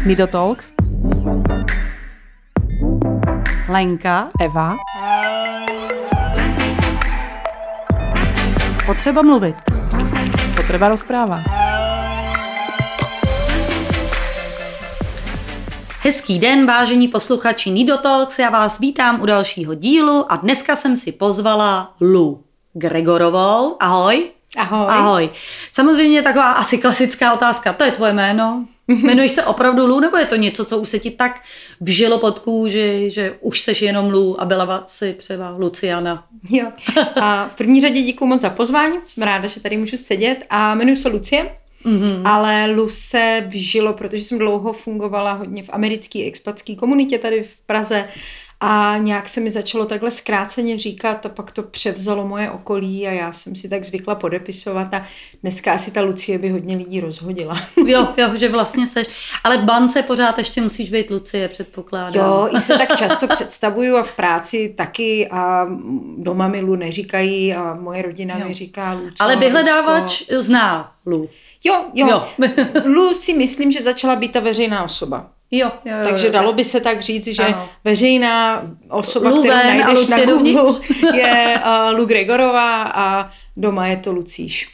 Nido Talks, Lenka, Eva. Potřeba mluvit. Potřeba rozpráva. Hezký den, vážení posluchači Nido Talks, já vás vítám u dalšího dílu a dneska jsem si pozvala Lu Gregorovou. Ahoj. Ahoj. Ahoj. Samozřejmě taková asi klasická otázka, to je tvoje jméno? Jmenuješ se opravdu Lu, nebo je to něco, co už se ti tak vžilo pod kůži, že už seš jenom Lu a byla si třeba Luciana? Jo. A v první řadě děkuji moc za pozvání, jsem ráda, že tady můžu sedět a jmenuji se Lucie, ale Lu se vžilo, protože jsem dlouho fungovala hodně v americké expatské komunitě tady v Praze a nějak se mi začalo takhle zkráceně říkat a pak to převzalo moje okolí a já jsem si tak zvykla podepisovat a dneska asi ta Lucie by hodně lidí rozhodila. Jo, že vlastně seš, ale v bance pořád ještě musíš být Lucie, předpokládám. Jo, i se tak často představuju a v práci taky a doma mi Lu neříkají a moje rodina mi říká Luco. Ale vyhledávač zná Lu. Jo. Lu si myslím, že začala být ta veřejná osoba. Jo, takže dalo by se tak říct, že ano. Veřejná osoba, Lu kterou ven, najdeš na Google, je Lu Gregorová a doma je to Lucíš.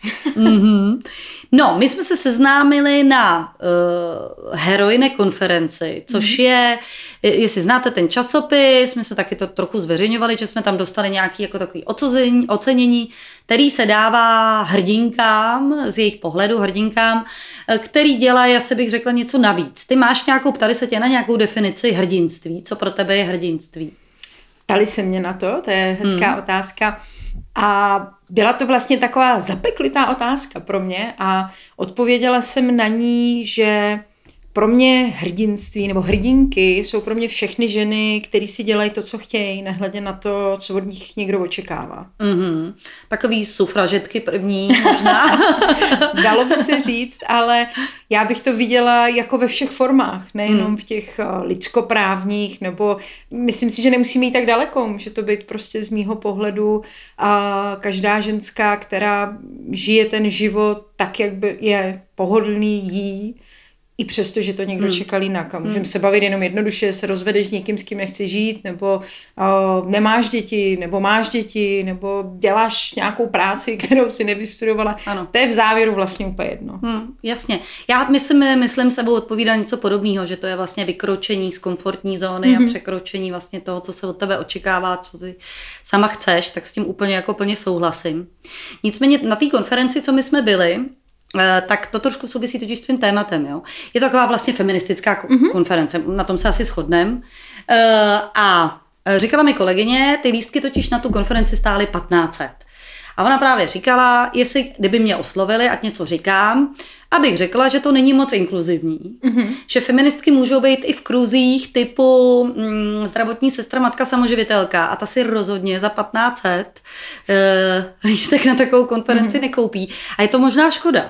No, my jsme se seznámili na Heroine konferenci, což je, jestli znáte ten časopis, my jsme taky to trochu zveřejňovali, že jsme tam dostali nějaký jako takový ocenění, který se dává hrdinkám, z jejich pohledu hrdinkám, který dělají, asi bych řekla, něco navíc. Ty máš nějakou, ptali se tě na nějakou definici hrdinství, co pro tebe je hrdinství? Ptali se mě na to je hezká otázka. A byla to vlastně taková zapeklitá otázka pro mě a odpověděla jsem na ní, že pro mě hrdinství nebo hrdinky jsou pro mě všechny ženy, které si dělají to, co chtějí, nehledě na to, co od nich někdo očekává. Takový sufražetky první možná. Dalo by se říct, ale já bych to viděla jako ve všech formách, nejenom v těch lidskoprávních, nebo myslím si, že nemusíme jít tak daleko, může to být prostě z mýho pohledu každá ženská, která žije ten život tak, jak by je pohodlný jí, i přesto, že to někdo čekal jinak. A můžeme se bavit jenom jednoduše, se rozvedeš s někým, s kým nechci žít, nebo nemáš děti, nebo máš děti, nebo děláš nějakou práci, kterou si nevystudovala. Ano. To je v závěru vlastně úplně jedno. Jasně. Já myslím sebou odpovídat něco podobného, že to je vlastně vykročení z komfortní zóny a překročení vlastně toho, co se od tebe očekává, co ty sama chceš, tak s tím úplně jako plně souhlasím. Nicméně na té konferenci, co my jsme byli, tak to trošku souvisí totiž s tvým tématem. Jo? Je to taková vlastně feministická konference, na tom se asi shodneme. A říkala mi kolegyně, ty lístky totiž na tu konferenci stály 1500. A ona právě říkala, jestli kdyby mě oslovili, ať něco říkám, abych řekla, že to není moc inkluzivní. Že feministky můžou být i v kruzích typu zdravotní sestra, matka samoživitelka a ta si rozhodně za 1500 lístek na takovou konferenci nekoupí. A je to možná škoda.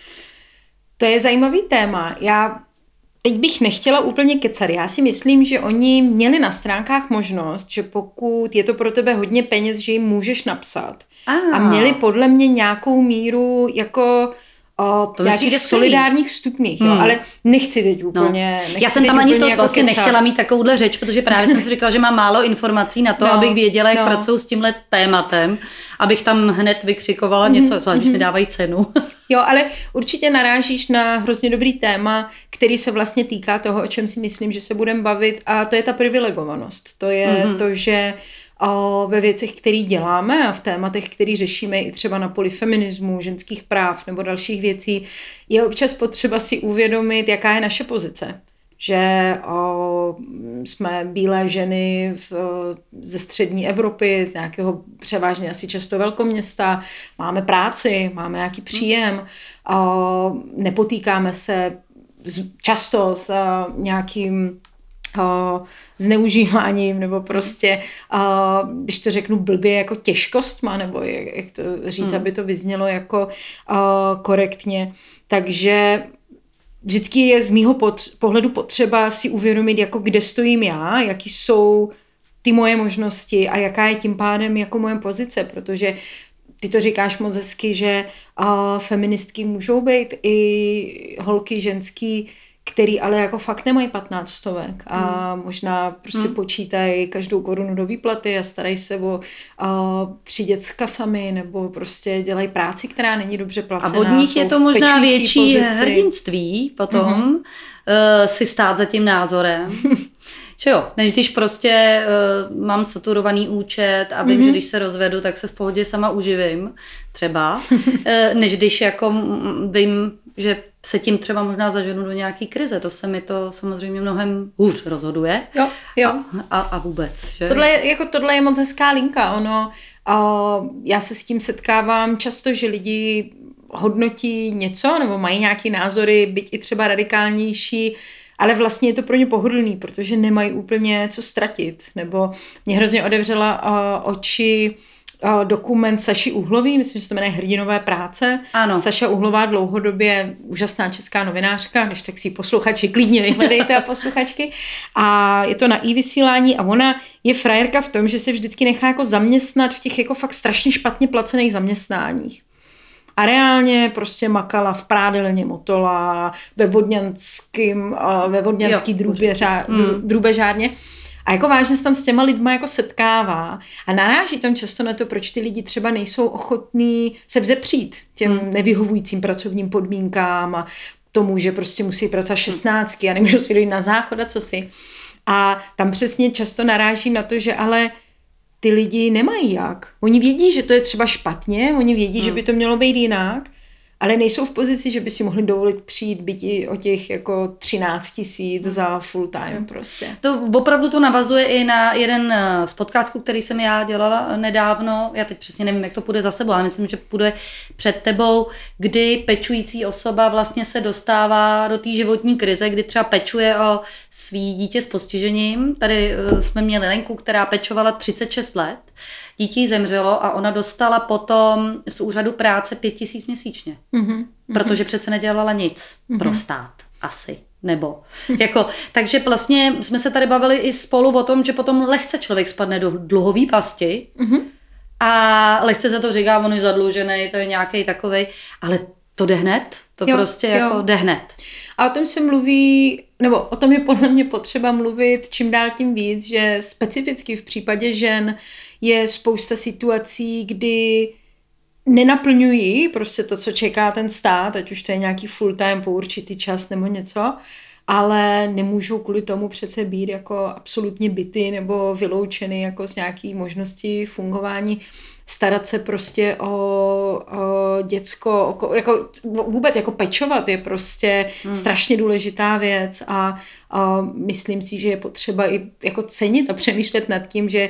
To je zajímavý téma. Já teď bych nechtěla úplně kecat. Já si myslím, že oni měli na stránkách možnost, že pokud je to pro tebe hodně peněz, že jim můžeš napsat. A měli podle mě nějakou míru jako nějakých solidárních vstupných, jo, ale nechci teď úplně. Já jsem tam ani to jako vlastně nechtěla mít takovouhle řeč, protože právě jsem si říkala, že mám málo informací na to, abych věděla, jak pracuji s tímhle tématem, abych tam hned vykřikovala něco, když mi dávají cenu. Jo, ale určitě narážíš na hrozně dobrý téma, který se vlastně týká toho, o čem si myslím, že se budeme bavit, a to je ta privilegovanost. To je to, že ve věcech, které děláme a v tématech, které řešíme i třeba na poli feminismu, ženských práv nebo dalších věcí, je občas potřeba si uvědomit, jaká je naše pozice. Že jsme bílé ženy ze střední Evropy, z nějakého převážně asi často velkoměsta, máme práci, máme nějaký příjem, nepotýkáme se často s nějakým zneužíváním nebo prostě, když to řeknu blbě, jako těžkostma, nebo jak to říct, aby to vyznělo jako korektně. Takže vždycky je z mýho pohledu potřeba si uvědomit, jako kde stojím já, jaký jsou ty moje možnosti a jaká je tím pádem jako moje pozice, protože ty to říkáš moc hezky, že feministky můžou být i holky ženský, který ale jako fakt nemají 15 stovek a možná prostě počítají každou korunu do výplaty a starají se o 3 děcka sami nebo prostě dělají práci, která není dobře placená. A od nich je to možná větší hrdinství potom si stát za tím názorem. Že jo, než když prostě mám saturovaný účet a vím, že když se rozvedu, tak se v pohodě sama uživím, třeba, než když jako vím, že se tím třeba možná zaženu do nějaký krize. To se mi to samozřejmě mnohem hůř rozhoduje. Jo. A vůbec, že? Tohle je moc hezká linka. Já se s tím setkávám často, že lidi hodnotí něco nebo mají nějaký názory, byť i třeba radikálnější, ale vlastně je to pro ně pohodlný, protože nemají úplně co ztratit. Nebo mě hrozně otevřela oči dokument Saši Uhlový, myslím, že se to jmenuje Hrdinové práce. Ano. Saša Uhlová dlouhodobě úžasná česká novinářka, když tak si posluchači klidně vyhledejte a posluchačky. A je to na iVysílání a ona je frajerka v tom, že se vždycky nechá jako zaměstnat v těch jako fakt strašně špatně placených zaměstnáních. A reálně prostě makala v prádelně Motola, ve vodňanský drůbežárně. A jako vážně se tam s těma lidma jako setkává a naráží tam často na to, proč ty lidi třeba nejsou ochotní se vzepřít těm nevyhovujícím pracovním podmínkám a tomu, že prostě musí pracovat 16 a nemůžou si dojít na záchod a co si. A tam přesně často naráží na to, že ale ty lidi nemají jak. Oni vědí, že to je třeba špatně, oni vědí, že by to mělo být jinak, ale nejsou v pozici, že by si mohli dovolit přijít byť i o těch jako 13 000 za full time prostě. To opravdu to navazuje i na jeden z podcastů, který jsem já dělala nedávno. Já teď přesně nevím, jak to půjde za sebou, ale myslím, že půjde před tebou, kdy pečující osoba vlastně se dostává do té životní krize, kdy třeba pečuje o svý dítě s postižením. Tady jsme měli Lenku, která pečovala 36 let. Dítě jí zemřelo a ona dostala potom z úřadu práce 5 000 měsíčně. Protože přece nedělala nic pro stát. Asi. Nebo. Takže vlastně jsme se tady bavili i spolu o tom, že potom lehce člověk spadne do dluhový pasti a lehce se to říká, on je zadlužený, to je nějaký takovej, ale to jde hned. To prostě jako jde hned. A o tom se mluví, nebo o tom je podle mě potřeba mluvit čím dál tím víc, že specificky v případě žen je spousta situací, kdy nenaplňují prostě to, co čeká ten stát, ať už to je nějaký full time po určitý čas nebo něco, ale nemůžou kvůli tomu přece být jako absolutně bity nebo vyloučeny jako z nějaký možnosti fungování, starat se prostě o děcko, jako vůbec jako pečovat je prostě strašně důležitá věc a myslím si, že je potřeba i jako cenit a přemýšlet nad tím, že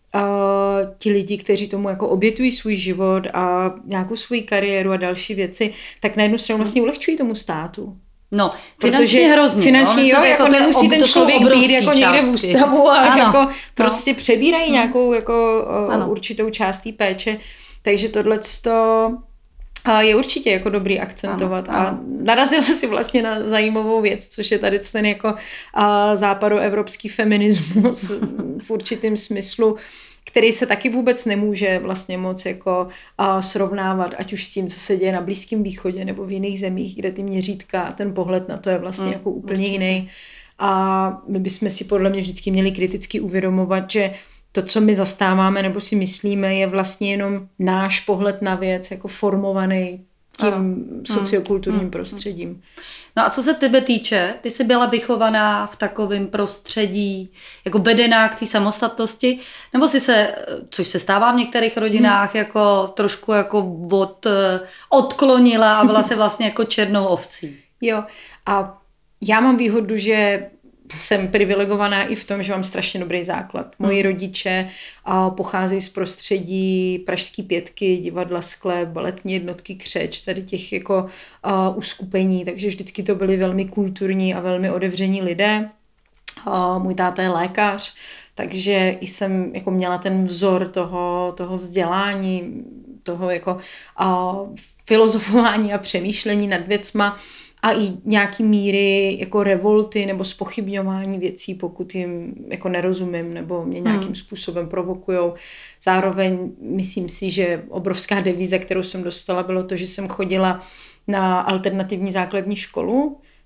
ti lidi, kteří tomu jako obětují svůj život a nějakou svou kariéru a další věci, tak na jednu stranu vlastně ulehčují tomu státu. No, finančně hrozně. Finančně jako nemusí ten člověk být jako někde v ústavu a jako prostě přebírají nějakou jako určitou část té péče. Takže tohleto je určitě jako dobrý akcentovat. A narazila si vlastně na zajímavou věc, což je tady ten jako západoevropský feminismus v určitém smyslu, který se taky vůbec nemůže vlastně moc jako srovnávat, ať už s tím, co se děje na Blízkém východě nebo v jiných zemích, kde ty měřítka a ten pohled na to je vlastně jako úplně jiný. A my bychom si podle mě vždycky měli kriticky uvědomovat, že to, co my zastáváme nebo si myslíme, je vlastně jenom náš pohled na věc, jako formovaný tím sociokulturním prostředím. No a co se tebe týče, ty jsi byla vychovaná v takovém prostředí, jako vedená k té samostatnosti, nebo jsi se, což se stává v některých rodinách, jako trošku jako odklonila a byla se vlastně jako černou ovcí? Jo, a já mám výhodu, že jsem privilegovaná i v tom, že mám strašně dobrý základ. Moji rodiče pocházejí z prostředí Pražský pětky, divadla Sklep, baletní jednotky Křeč, tady těch jako uskupení, takže vždycky to byli velmi kulturní a velmi otevření lidé. Můj táta je lékař, takže i jsem jako měla ten vzor toho vzdělání, toho jako filozofování a přemýšlení nad věcma, a i nějaký míry jako revolty nebo zpochybňování věcí, pokud jim jako nerozumím nebo mě nějakým způsobem provokujou. Zároveň myslím si, že obrovská devíze, kterou jsem dostala, bylo to, že jsem chodila na alternativní základní školu,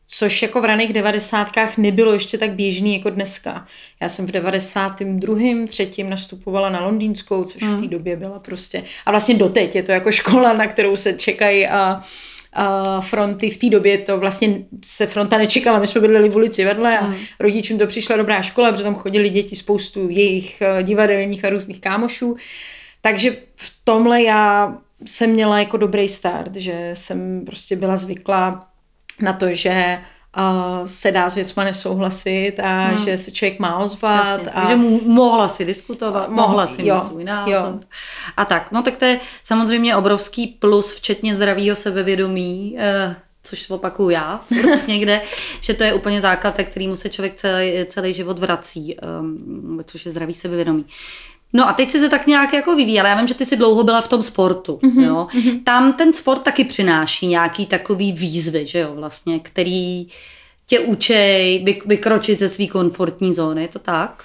což jako v raných 90kách nebylo ještě tak běžný jako dneska. Já jsem v 92. 3. nastupovala na Londýnskou, což v té době byla prostě, a vlastně doteď je to jako škola, na kterou se čekají a fronty. V té době to vlastně se fronta nečekala, my jsme bydleli v ulici vedle a rodičům to přišla dobrá škola, protože tam chodili děti, spoustu jejich divadelních a různých kámošů. Takže v tomhle já jsem měla jako dobrý start, že jsem prostě byla zvyklá na to, že se dá s věcma nesouhlasit a že se člověk má ozvat. Jasně, takže mohla si diskutovat, mohla si mít svůj názor. Jo. A tak, no tak to je samozřejmě obrovský plus, včetně zdravýho sebevědomí, což opakuju já někde, že to je úplně základ, kterýmu se člověk celý život vrací, což je zdravý sebevědomí. No a teď si se tak nějak jako vyvíjela. Já vím, že ty jsi dlouho byla v tom sportu. Jo? Tam ten sport taky přináší nějaký takový výzvy, že jo, vlastně, který tě učej vykročit ze svý komfortní zóny. Je to tak?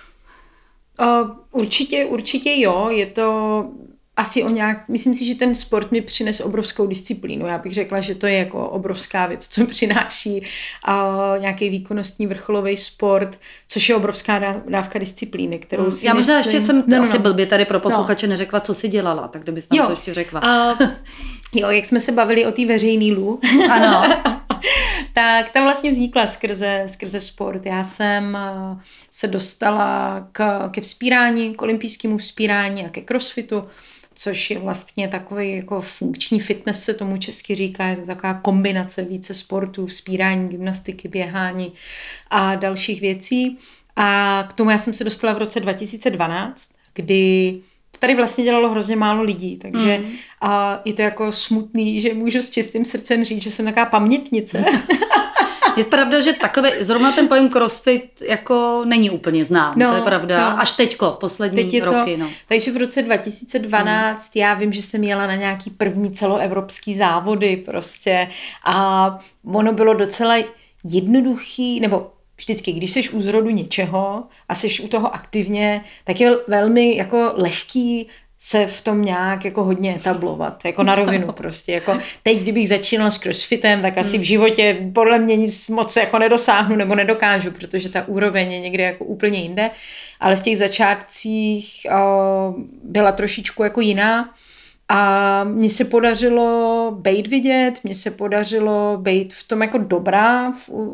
Určitě jo. Je to asi myslím si, že ten sport mi přines obrovskou disciplínu. Já bych řekla, že to je jako obrovská věc, co přináší nějaký výkonnostní vrcholový sport, což je obrovská dávka disciplíny, kterou si já možná ještě jsem asi blbě tady pro posluchače neřekla, co jsi dělala, tak kdybys tam to ještě řekla. Jo, jak jsme se bavili o té veřejný lů. Ano. Tak ta vlastně vznikla skrze sport. Já jsem se dostala ke vzpírání, k olympijskému vzpírání a ke crossfitu, což je vlastně takový jako funkční fitness, se tomu česky říká, je to taková kombinace více sportů, vzpírání, gymnastiky, běhání a dalších věcí. A k tomu já jsem se dostala v roce 2012, kdy tady vlastně dělalo hrozně málo lidí, takže je to jako smutný, že můžu s čistým srdcem říct, že jsem taková pamětnice. Je pravda, že takové, zrovna ten pojem crossfit jako není úplně znám, to je pravda, až teďko, poslední roky. No. Takže v roce 2012 já vím, že jsem jela na nějaký první celoevropský závody prostě a ono bylo docela jednoduchý, nebo vždycky, když jsi u zrodu něčeho a jsi u toho aktivně, tak je velmi jako lehký se v tom nějak jako hodně etablovat, jako na rovinu prostě. Jako teď, kdybych začínala s crossfitem, tak asi v životě podle mě nic moc jako nedosáhnu nebo nedokážu, protože ta úroveň je někde jako úplně jinde, ale v těch začátcích byla trošičku jako jiná a mně se podařilo být vidět, mně se podařilo být v tom jako dobrá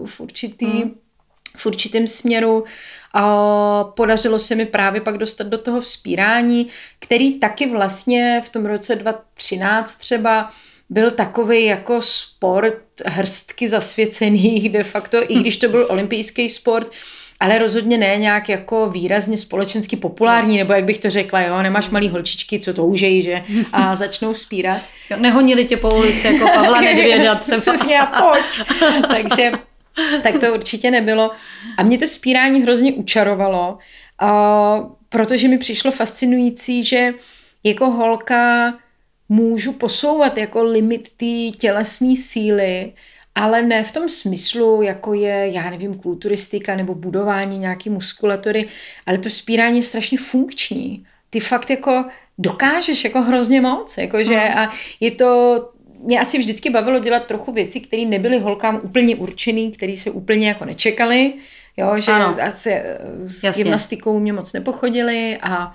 v určitém směru. A podařilo se mi právě pak dostat do toho vzpírání, který taky vlastně v tom roce 2013 třeba byl takový jako sport hrstky zasvěcených de facto, i když to byl olympijský sport, ale rozhodně ne nějak jako výrazně společensky populární, nebo jak bych to řekla, jo, nemáš malý holčičky, co toužejí, že a začnou vzpírat. Jo, nehonili tě po ulici jako Pavla Nedvěda třeba. Přesně, a pojď. Takže tak to určitě nebylo. A mě to vzpírání hrozně učarovalo, protože mi přišlo fascinující, že jako holka můžu posouvat jako limit té tělesné síly, ale ne v tom smyslu, jako je, já nevím, kulturistika nebo budování nějaký muskulatury, ale to vzpírání je strašně funkční. Ty fakt jako dokážeš jako hrozně moc, jakože a je to. Mě asi vždycky bavilo dělat trochu věci, které nebyly holkám úplně určený, které se úplně jako nečekaly, jo, že asi s gymnastikou mě moc nepochodili a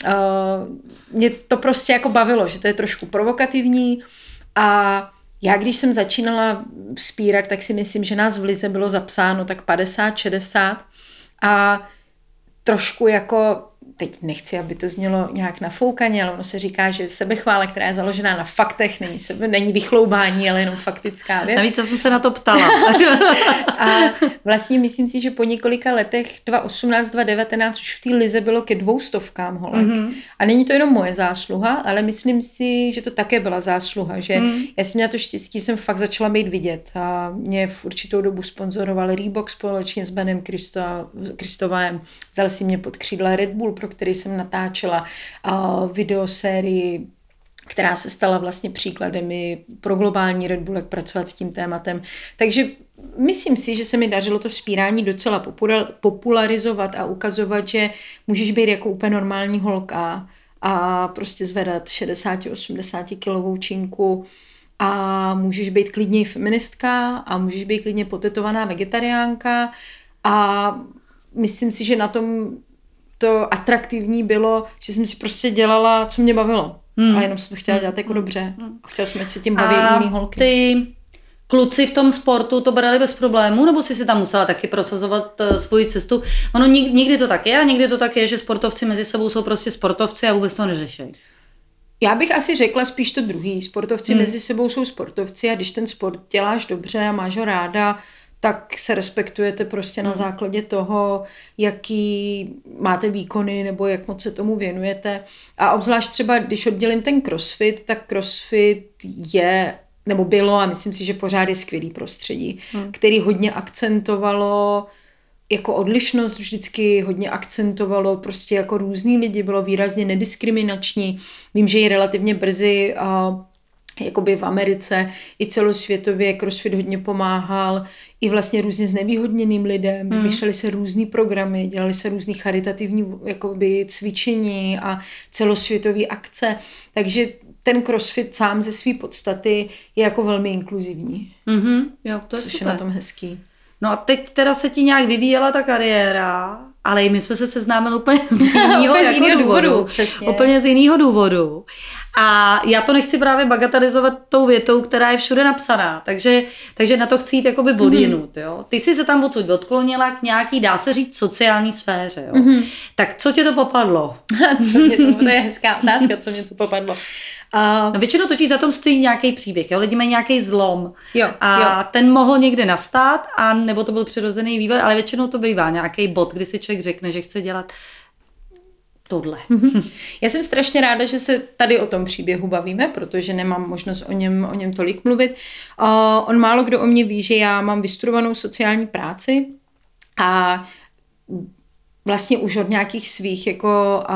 mě to prostě jako bavilo, že to je trošku provokativní a já když jsem začínala vzpírat, tak si myslím, že nás v lize bylo zapsáno tak 50-60 a trošku jako teď nechci, aby to znělo nějak nafoukaně, ale ono se říká, že sebechvála, která je založená na faktech, není vychloubání, ale jenom faktická věc. Navíc jsem se na to ptala. A vlastně myslím si, že po několika letech 2018, 2019 už v té lize bylo ke 200 holek. A není to jenom moje zásluha, ale myslím si, že to také byla zásluha, že já jsem měla to štěstí, jsem fakt začala být vidět. A mě v určitou dobu sponzoroval Reebok společně s Benem Kristovem. Vzal si mě pod křídla Red Bull, pro který jsem natáčela videosérii, která se stala vlastně příkladem i pro globální Red Bull, jak pracovat s tím tématem. Takže myslím si, že se mi dařilo to vzpírání docela popularizovat a ukazovat, že můžeš být jako úplně normální holka a prostě zvedat 60-80 kilovou činku a můžeš být klidně i feministka a můžeš být klidně potetovaná vegetariánka a myslím si, že na tom to atraktivní bylo, že jsem si prostě dělala, co mě bavilo. A jenom jsem to chtěla dělat jako dobře. A chtěla jsem, ať se tím baví jiný holky. Ty kluci v tom sportu to brali bez problémů, nebo jsi si tam musela taky prosazovat svoji cestu? Ono někdy to tak je a někdy to tak je, že sportovci mezi sebou jsou prostě sportovci a vůbec to neřeší. Já bych asi řekla spíš to druhý. Sportovci mezi sebou jsou sportovci a když ten sport děláš dobře a máš ho ráda, tak se respektujete prostě na základě toho, jaký máte výkony nebo jak moc se tomu věnujete. A obzvlášť třeba, když oddělím ten crossfit, tak crossfit je, nebo bylo a myslím si, že pořád je skvělý prostředí, který hodně akcentovalo jako odlišnost, vždycky hodně akcentovalo prostě jako různý lidi, bylo výrazně nediskriminační. Vím, že i relativně brzy jakoby v Americe i celosvětově CrossFit hodně pomáhal i vlastně různě znevýhodněným lidem, vymýšleli se různý programy, dělali se různý charitativní jakoby cvičení a celosvětové akce, takže ten CrossFit sám ze své podstaty je jako velmi inkluzivní. Jo, to je což super. je na tom hezký. No a teď teda se ti nějak vyvíjela ta kariéra, ale my jsme se seznámili úplně z jiného důvodu. Přesně. Úplně z jiného důvodu. A já to nechci právě bagatelizovat tou větou, která je všude napsaná, takže na to chci jít jakoby odjinut, jo. Ty jsi se tam odsud odklonila k nějaký, dá se říct, sociální sféře, jo. Tak co tě to popadlo? To je hezká otázka, co mě to popadlo. No většinou totiž za tom stojí nějaký příběh, jo? Lidi mají nějaký zlom Jo. ten mohl někde nastat, a nebo to byl přirozený vývoj, ale většinou to bývá nějaký bod, kdy si člověk řekne, že chce dělat tohle. Já jsem strašně ráda, že se tady o tom příběhu bavíme, protože nemám možnost o něm tolik mluvit. On málo kdo o mě ví, že já mám vystudovanou sociální práci a vlastně už od nějakých svých jako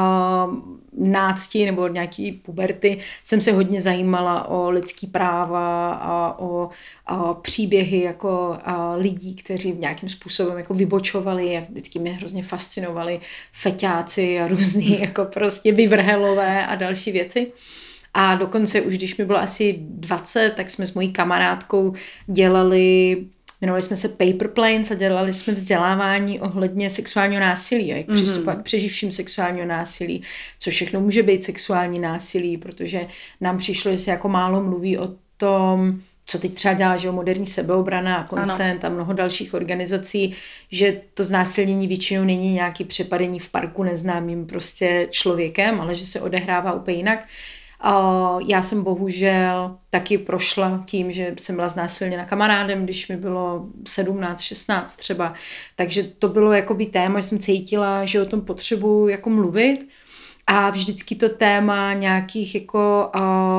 nácti nebo od nějaký puberty jsem se hodně zajímala o lidský práva a o příběhy jako lidí, kteří nějakým způsobem jako vybočovali a vždycky mě hrozně fascinovali feťáci a různý jako prostě vyvrhelové a další věci. A dokonce už když mi bylo asi 20, tak jsme s mojí kamarádkou jmenovali jsme se Paper Planes a dělali jsme vzdělávání ohledně sexuálního násilí a jak přistupovat k přeživším sexuálního násilí, co všechno může být sexuální násilí, protože nám přišlo, že se jako málo mluví o tom, co teď třeba dělá, že moderní sebeobrana a Consent a mnoho dalších organizací, že to znásilnění většinou není nějaký přepadení v parku neznámým prostě člověkem, ale že se odehrává úplně jinak. Já jsem bohužel taky prošla tím, že jsem byla znásilněna kamarádem, když mi bylo 17, 16 třeba. Takže to bylo jakoby téma, že jsem cítila, že o tom potřebuji jako mluvit. A vždycky to téma nějakých jako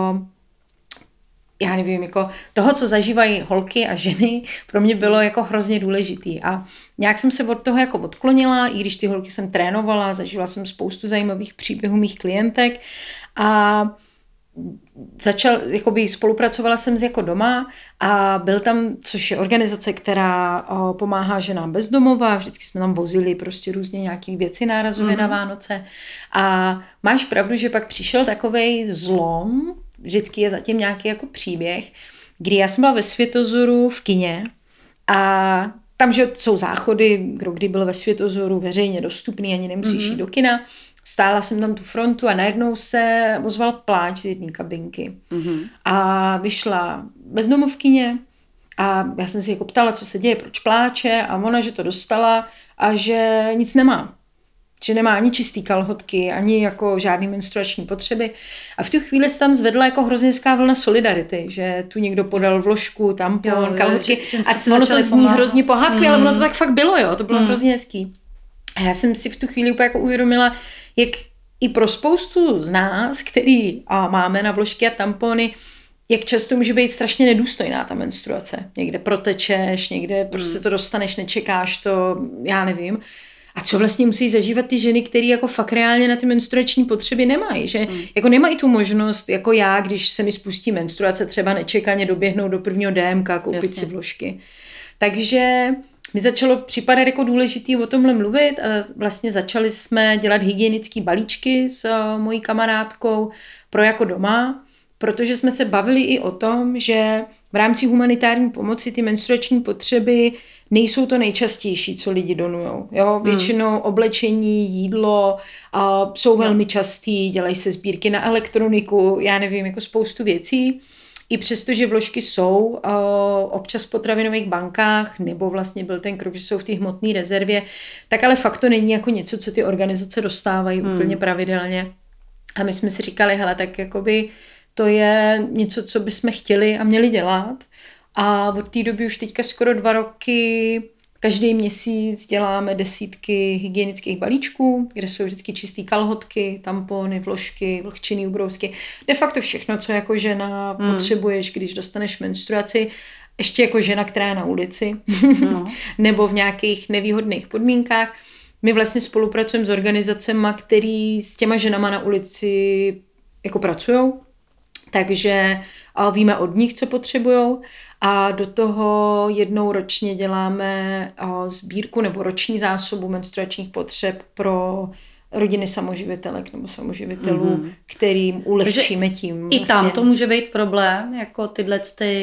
já nevím, jako toho, co zažívají holky a ženy, pro mě bylo jako hrozně důležitý. A nějak jsem se od toho jako odklonila, i když ty holky jsem trénovala, zažila jsem spoustu zajímavých příběhů mých klientek a spolupracovala jsem s Jako doma a byl tam, což je organizace, která pomáhá ženám bez domova, vždycky jsme tam vozili prostě různě nějaký věci nárazově na Vánoce a máš pravdu, že pak přišel takovej zlom, vždycky je zatím nějaký jako příběh, kdy já jsem byla ve Světozoru v kině a tam, že jsou záchody, kdy byl ve Světozoru veřejně dostupný, ani nemusíš jít do kina. Stála jsem tam tu frontu a najednou se ozval pláč z jedné kabinky. A vyšla bezdomovkyně a já jsem si jako ptala, co se děje, proč pláče a ona, že to dostala a že nic nemá. Že nemá ani čistý kalhotky, ani jako žádný menstruační potřeby. A v tu chvíli se tam zvedla jako hrozně hezká vlna solidarity, že tu někdo podal vložku, tampon, kalhotky a ono to zní hrozně pohádky, ale ono to tak fakt bylo, jo, to bylo hrozně hezký. A já jsem si v tu chvíli úplně jako uvědomila, jak i pro spoustu z nás, který máme na vložky a tampony, jak často může být strašně nedůstojná ta menstruace. Někde protečeš, někde prostě to dostaneš, nečekáš to, já nevím. A co vlastně musí zažívat ty ženy, které jako fakt reálně na ty menstruační potřeby nemají, že jako nemají tu možnost, jako já, když se mi spustí menstruace, třeba nečekaně doběhnout do prvního DMK a koupit si vložky. Takže mi začalo připadat jako důležitý o tomhle mluvit a vlastně začali jsme dělat hygienické balíčky s mojí kamarádkou pro Jako doma, protože jsme se bavili i o tom, že v rámci humanitární pomoci ty menstruační potřeby nejsou to nejčastější, co lidi donujou. Jo? Většinou oblečení, jídlo jsou velmi častý, dělají se sbírky na elektroniku, já nevím, jako spoustu věcí. I přesto, že vložky jsou občas v potravinových bankách, nebo vlastně byl ten krok, že jsou v té hmotné rezervě, tak ale fakt to není jako něco, co ty organizace dostávají úplně pravidelně. A my jsme si říkali, hele, tak jakoby to je něco, co bychom chtěli a měli dělat. A od té doby už teďka skoro 2 roky každý měsíc děláme desítky hygienických balíčků, kde jsou vždycky čistý kalhotky, tampony, vložky, vlhčený ubrousky. De facto všechno, co jako žena potřebuješ, když dostaneš menstruaci, ještě jako žena, která je na ulici, nebo v nějakých nevýhodných podmínkách. My vlastně spolupracujeme s organizacemi, který s těma ženama na ulici jako pracujou, takže víme od nich, co potřebujou. A do toho jednou ročně děláme sbírku nebo roční zásobu menstruačních potřeb pro rodiny samoživitelek nebo samoživitelů, kterým ulehčíme tím. Vlastně. I tam to může být problém, jako tyhle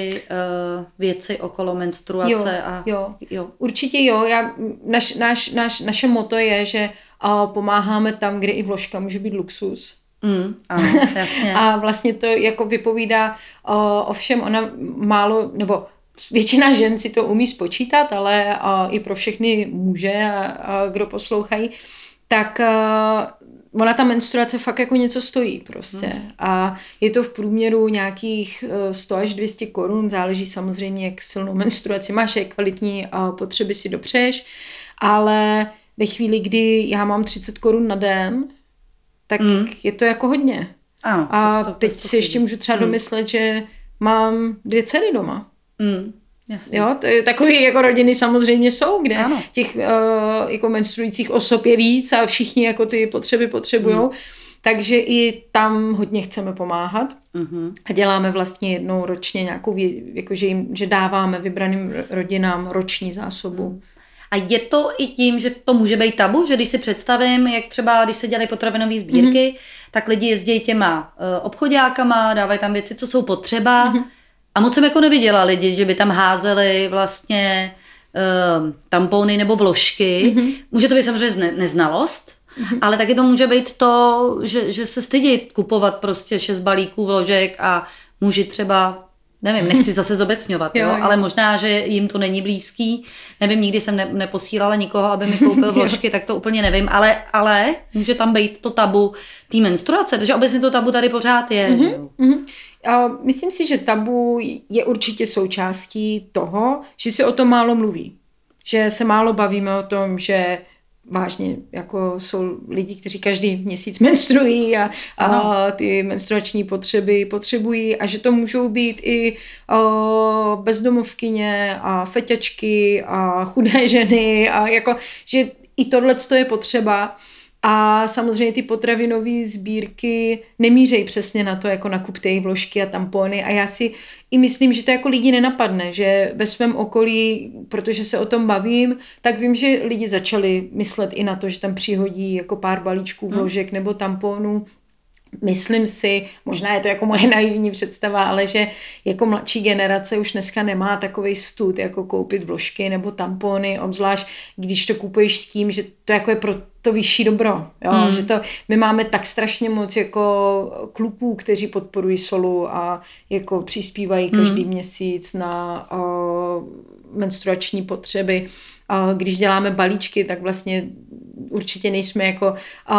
věci okolo menstruace. Jo. Určitě jo. Naše motto je, že pomáháme tam, kde i vložka může být luxus. Ano, jasně. A vlastně to jako vypovídá ovšem ona málo, nebo většina žen si to umí spočítat, ale i pro všechny muže, kdo poslouchají, tak ona ta menstruace fakt jako něco stojí prostě. A je to v průměru nějakých 100 až 200 korun, záleží samozřejmě, jak silnou menstruaci máš, jak kvalitní potřeby si dopřeješ, ale ve chvíli, kdy já mám 30 korun na den, tak je to jako hodně. Ano, a teď si ještě můžu třeba domyslet, že mám 2 dcery doma. Jasně. Jo, to je takový jako rodiny samozřejmě jsou, kde těch jako menstruujících osob je víc a všichni jako ty potřeby potřebujou. Takže i tam hodně chceme pomáhat. A děláme vlastně jednou ročně nějakou, jako že dáváme vybraným rodinám roční zásobu. A je to i tím, že to může být tabu, že když si představím, jak třeba, když se dělají potravinové sbírky, tak lidi jezdí těma obchodákama, dávají tam věci, co jsou potřeba. A moc jsem jako neviděla lidi, že by tam házeli vlastně tampony nebo vložky. Může to být samozřejmě neznalost, ale taky to může být to, že se stydí kupovat prostě 6 balíků vložek a muži třeba, nevím, nechci zase zobecňovat, jo, ale možná, že jim to není blízký. Nevím, nikdy jsem neposílala nikoho, aby mi koupil vložky, tak to úplně nevím, ale může tam být to tabu té menstruace, protože obecně to tabu tady pořád je. Že jo? Myslím si, že tabu je určitě součástí toho, že se o tom málo mluví. Že se málo bavíme o tom, že vážně jako jsou lidi, kteří každý měsíc menstruují a ty menstruační potřeby potřebují a že to můžou být i bezdomovkyně a feťačky a chudé ženy a jako, že i tohleto je potřeba. A samozřejmě ty potravinové sbírky nemířejí přesně na to, jako nakupte vložky a tampony. A já si i myslím, že to jako lidi nenapadne, že ve svém okolí, protože se o tom bavím, tak vím, že lidi začali myslet i na to, že tam přihodí jako pár balíčků vložek nebo tamponů. Myslím si, možná je to jako moje naivní představa, ale že jako mladší generace už dneska nemá takovej stud, jako koupit vložky nebo tampony, obzvlášť když to kupuješ s tím, že to jako je pro to vyšší dobro. Jo? Že to, my máme tak strašně moc jako kluků, kteří podporují Solu a jako přispívají každý měsíc na menstruační potřeby. Když děláme balíčky, tak vlastně určitě nejsme jako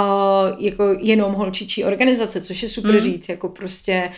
jenom holčičí organizace, což je super říct, jako prostě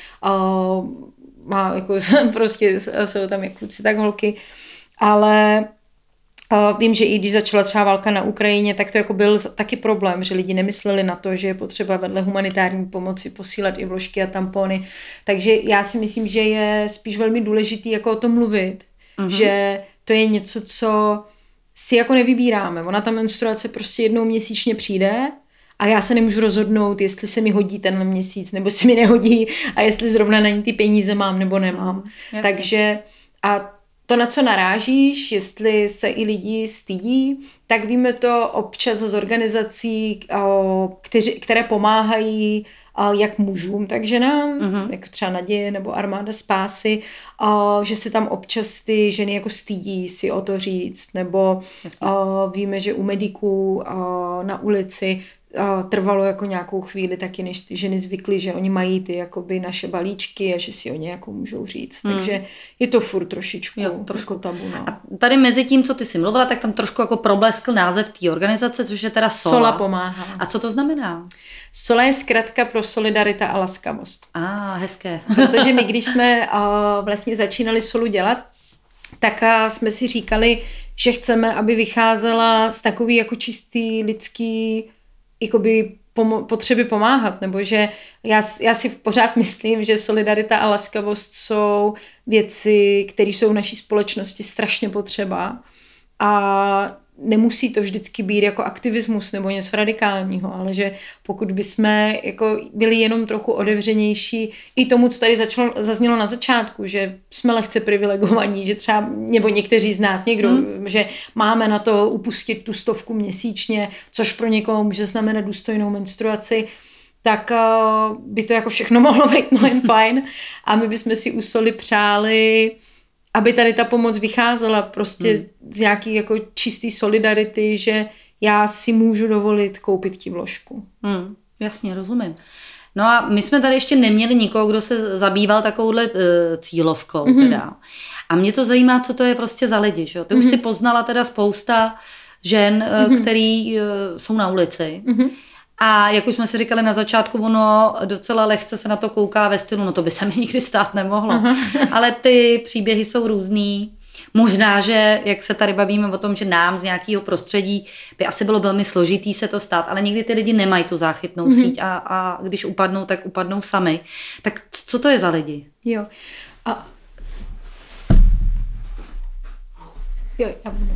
má jako prostě jsou tam jak kluci, tak holky, ale vím, že i když začala třeba válka na Ukrajině, tak to jako byl taky problém, že lidi nemysleli na to, že je potřeba vedle humanitární pomoci posílat i vložky a tampony, takže já si myslím, že je spíš velmi důležitý jako o tom mluvit, že to je něco, co si jako nevybíráme. Ona ta menstruace prostě jednou měsíčně přijde a já se nemůžu rozhodnout, jestli se mi hodí tenhle měsíc, nebo se mi nehodí a jestli zrovna na ní ty peníze mám nebo nemám. Takže a to, na co narážíš, jestli se i lidi stydí, tak víme to občas z organizací, které pomáhají jak mužům, tak ženám, jako třeba Naděje nebo Armáda spásy, že se tam občas ty ženy jako stydí si o to říct, nebo víme, že u mediků na ulici trvalo jako nějakou chvíli taky, než ty ženy zvykly, že oni mají ty jakoby naše balíčky a že si o ně jako můžou říct. Takže je to furt trošičku trošku tabu. No. A tady mezi tím, co ty jsi mluvila, tak tam trošku jako probleskl název té organizace, což je teda SOLA. SOLA pomáhá. A co to znamená? SOLA je zkratka pro solidarita a laskavost. Hezké. Protože my, když jsme vlastně začínali SOLu dělat, tak jsme si říkali, že chceme, aby vycházela z takový jako čistý lidský jakoby potřeby pomáhat, nebo že já si pořád myslím, že solidarita a laskavost jsou věci, které jsou v naší společnosti strašně potřeba a nemusí to vždycky být jako aktivismus nebo něco radikálního, ale že pokud bychom jako byli jenom trochu otevřenější i tomu, co tady zaznělo na začátku, že jsme lehce privilegovaní, že třeba, nebo někteří z nás, že máme na to upustit tu 100 měsíčně, což pro někoho může znamenat důstojnou menstruaci, tak by to jako všechno mohlo být mnohem fajn a my bychom si u SOLy přáli, aby tady ta pomoc vycházela prostě z nějaký jako čistý solidarity, že já si můžu dovolit koupit ti vložku. Jasně, rozumím. No a my jsme tady ještě neměli nikoho, kdo se zabýval takovouhle cílovkou teda. A mě to zajímá, co to je prostě za lidi, že? Ty už si poznala teda spousta žen, který jsou na ulici. A jak už jsme si říkali na začátku, ono docela lehce se na to kouká ve stylu, no to by se mi nikdy stát nemohlo. Ale ty příběhy jsou různý. Možná, že jak se tady bavíme o tom, že nám z nějakého prostředí by asi bylo velmi složitý se to stát, ale někdy ty lidi nemají tu záchytnou síť a když upadnou, tak upadnou sami. Tak co to je za lidi? Jo, já budu.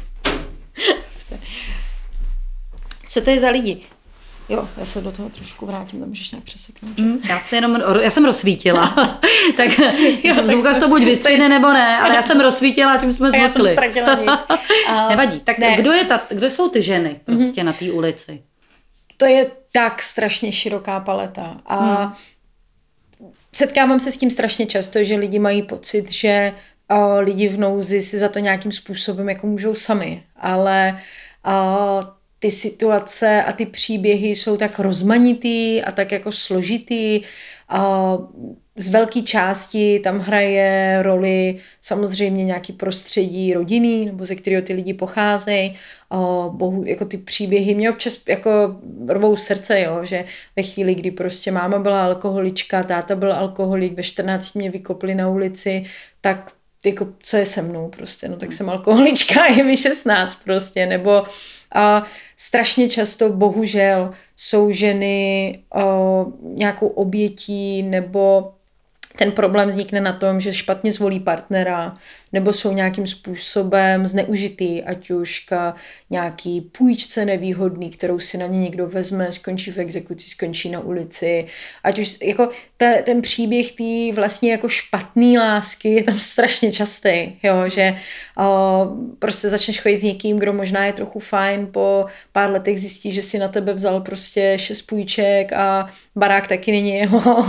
Co to je za lidi? Jo, já se do toho trošku vrátím, tam můžeš nějak přeseknout. Já jsem rozsvítila. Tak zvukař to buď vystřihne nebo ne, ale já jsem rozsvítila a tím jsme zmokli. Já jsem ztratila nic. Nevadí. Tak kdo jsou ty ženy prostě na té ulici? To je tak strašně široká paleta. A setkávám se s tím strašně často, že lidi mají pocit, že lidi v nouzi si za to nějakým způsobem jako můžou sami. Ale ty situace a ty příběhy jsou tak rozmanitý a tak jako složitý. Z velké části tam hraje roli samozřejmě nějaký prostředí rodinný, nebo ze kterého ty lidi pocházejí. Jako ty příběhy mě občas jako rvou srdce, jo, že ve chvíli, kdy prostě máma byla alkoholička, táta byl alkoholik, ve 14 mě vykopli na ulici, tak jako co je se mnou prostě, no tak jsem alkoholička, je mi 16 prostě, nebo strašně často bohužel jsou ženy nějakou obětí nebo ten problém vznikne na tom, že špatně zvolí partnera nebo jsou nějakým způsobem zneužitý, ať už k nějaký půjčce nevýhodný, kterou si na ně někdo vezme, skončí v exekuci, skončí na ulici. Ať už jako ten příběh té vlastně jako špatný lásky je tam strašně častý, jo, že prostě začneš chodit s někým, kdo možná je trochu fajn, po pár letech zjistí, že si na tebe vzal prostě 6 půjček a barák taky není jeho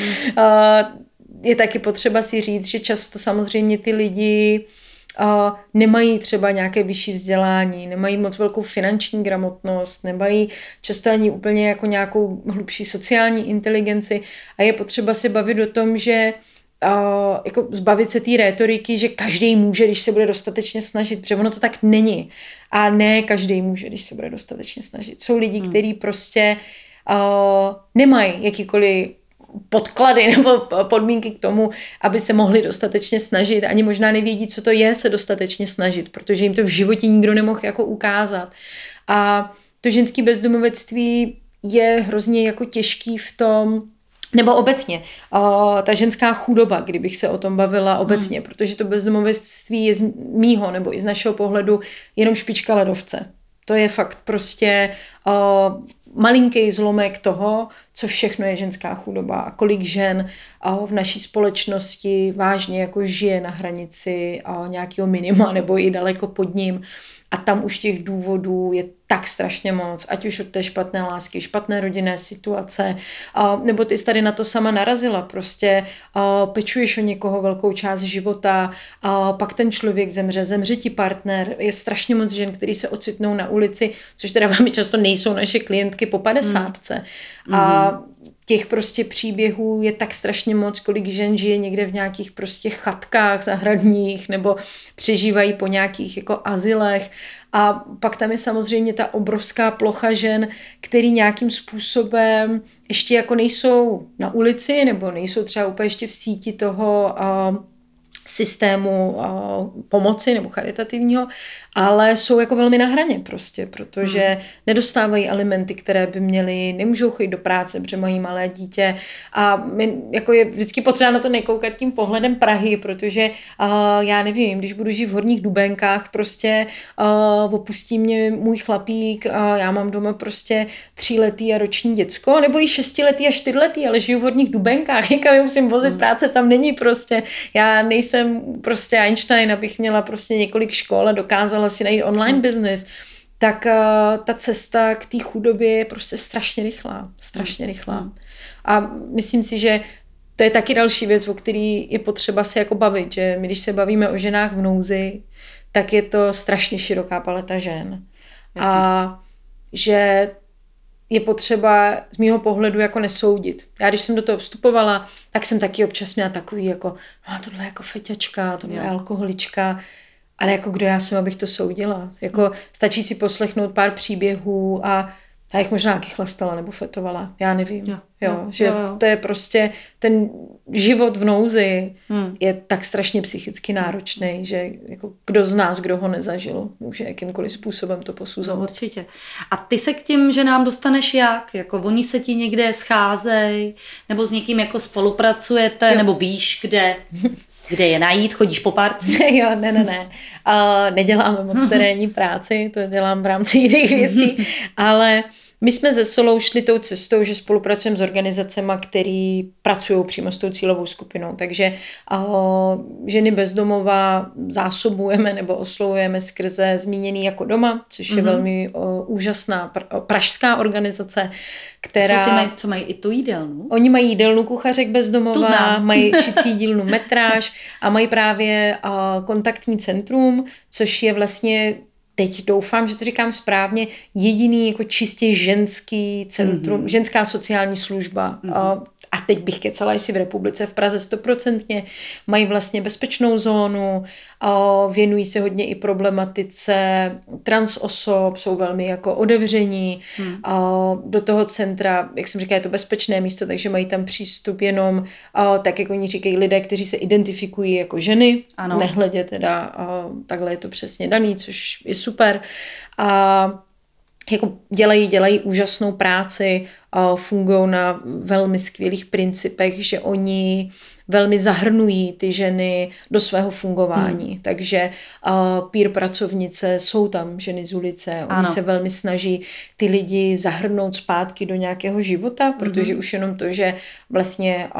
je taky potřeba si říct, že často samozřejmě ty lidi nemají třeba nějaké vyšší vzdělání, nemají moc velkou finanční gramotnost, nemají často ani úplně jako nějakou hlubší sociální inteligenci a je potřeba se bavit o tom, že jako zbavit se té rétoriky, že každý může, když se bude dostatečně snažit, protože ono to tak není. A ne každý může, když se bude dostatečně snažit. Jsou lidi, kteří prostě nemají jakýkoliv podklady nebo podmínky k tomu, aby se mohli dostatečně snažit. Ani možná nevědí, co to je se dostatečně snažit, protože jim to v životě nikdo nemohl jako ukázat. A to ženské bezdomovectví je hrozně jako těžký v tom, nebo obecně, ta ženská chudoba, kdybych se o tom bavila obecně, protože to bezdomovectví je z mýho nebo i z našeho pohledu jenom špička ledovce. To je fakt prostě malinký zlomek toho, co všechno je ženská chudoba a kolik žen v naší společnosti vážně jako žije na hranici nějakého minima nebo i daleko pod ním a tam už těch důvodů je tak strašně moc, ať už od té špatné lásky, špatné rodinné situace, nebo ty jsi tady na to sama narazila, prostě pečuješ o někoho velkou část života, pak ten člověk zemře ti partner, je strašně moc žen, který se ocitnou na ulici, což teda velmi často nejsou naše klientky po 50. A těch prostě příběhů je tak strašně moc, kolik žen žije někde v nějakých prostě chatkách zahradních nebo přežívají po nějakých jako azylech. A pak tam je samozřejmě ta obrovská plocha žen, který nějakým způsobem ještě jako nejsou na ulici nebo nejsou třeba úplně ještě v síti toho systému pomoci nebo charitativního, ale jsou jako velmi na hraně prostě, protože nedostávají alimenty, které by měly, nemůžou chodit do práce, protože mají malé dítě a jako je vždycky potřeba na to nekoukat tím pohledem Prahy, protože já nevím, když budu žít v Horních Dubenkách, prostě opustí mě můj chlapík, já mám doma prostě 3letý a roční děcko, nebo i 6letý a 4letý, ale žiju v Horních Dubenkách, někam je musím vozit, práce tam není prostě, já nejsem prostě Einstein, abych měla prostě několik škol a dokázala si najít online business, tak ta cesta k té chudobě je prostě strašně rychlá. A myslím si, že to je taky další věc, o který je potřeba se jako bavit, že my, když se bavíme o ženách v nouzi, tak je to strašně široká paleta žen. Jasně. A že je potřeba z mýho pohledu jako nesoudit. Já když jsem do toho vstupovala, tak jsem taky občas měla takový jako, no tohle je jako feťačka, tohle je alkoholička, ale jako kdo já jsem, abych to soudila. Jako stačí si poslechnout pár příběhů a já jich možná taky chlastala nebo fetovala, já nevím. Jo. To je prostě ten život v nouzi je tak strašně psychicky náročný, že jako kdo z nás, kdo ho nezažil, může jakýmkoliv způsobem to posuzovat. No, určitě. A ty se k těm ženám dostaneš jak? Jako oni se ti někde scházejí, nebo s někým jako spolupracujete, nebo víš, kde je najít, chodíš po parce? Jo, ne. Neděláme moc terénní práci, to dělám v rámci jiných věcí, ale my jsme ze Solou šli tou cestou, že spolupracujeme s organizacemi, které pracují přímo s tou cílovou skupinou. Takže ženy bezdomova zásobujeme nebo oslovujeme skrze Zmíněný jako doma, což je velmi úžasná pražská organizace, která... Co mají i tu jídelnu? Oni mají jídelnu Kuchařek bezdomova, mají šicí dílnu Metráž a mají právě kontaktní centrum, což je vlastně... Teď doufám, že to říkám správně, jediný jako čistě ženský centrum, ženská sociální služba. A teď bych kecala, jestli v republice, v Praze 100%, mají vlastně bezpečnou zónu, věnují se hodně i problematice trans osob, jsou velmi jako otevření. Do toho centra, jak jsem říkala, je to bezpečné místo, takže mají tam přístup jenom, tak jak oni říkají, lidé, kteří se identifikují jako ženy, nehledě teda, takhle je to přesně daný, což je super. A jako dělají úžasnou práci, fungují na velmi skvělých principech, že oni velmi zahrnují ty ženy do svého fungování. Takže peer pracovnice, jsou tam ženy z ulice, oni se velmi snaží ty lidi zahrnout zpátky do nějakého života, protože už jenom to, že vlastně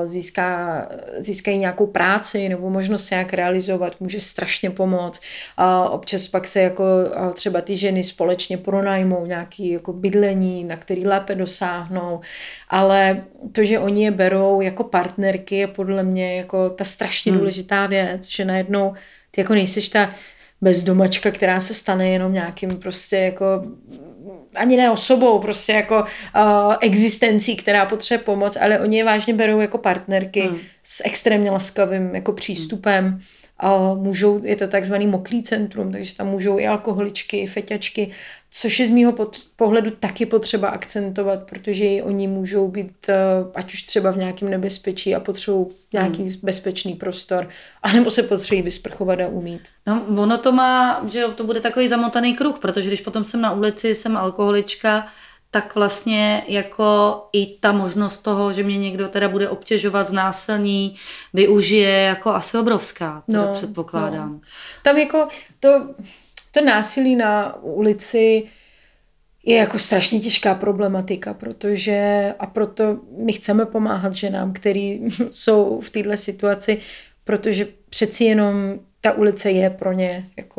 získají nějakou práci nebo možnost se nějak realizovat, může strašně pomoct. Občas pak se jako třeba ty ženy společně pronajmou nějaké jako bydlení, na který lépe dosáhnou, ale to, že oni je berou jako partnerky, je podle mě jako ta strašně důležitá věc, že najednou ty jako nejseš ta bezdomačka, která se stane jenom nějakým prostě jako ani ne osobou, prostě jako existencí, která potřebuje pomoc, ale oni je vážně berou jako partnerky s extrémně laskavým jako přístupem. Můžou, je to takzvaný mokrý centrum, takže tam můžou i alkoholičky, i feťačky, což je z mýho pohledu taky potřeba akcentovat, protože oni můžou být ať už třeba v nějakém nebezpečí a potřebují nějaký bezpečný prostor, anebo se potřebují vysprchovat a umít. No, ono to má, že to bude takový zamotaný kruh, protože když potom jsem na ulici, jsem alkoholička, tak vlastně jako i ta možnost toho, že mě někdo teda bude obtěžovat, znásilní, využije jako asi obrovská, teda předpokládám. No. Tam jako to násilí na ulici je jako strašně těžká problematika, a proto my chceme pomáhat ženám, který jsou v této situaci, protože přeci jenom ta ulice je pro ně jako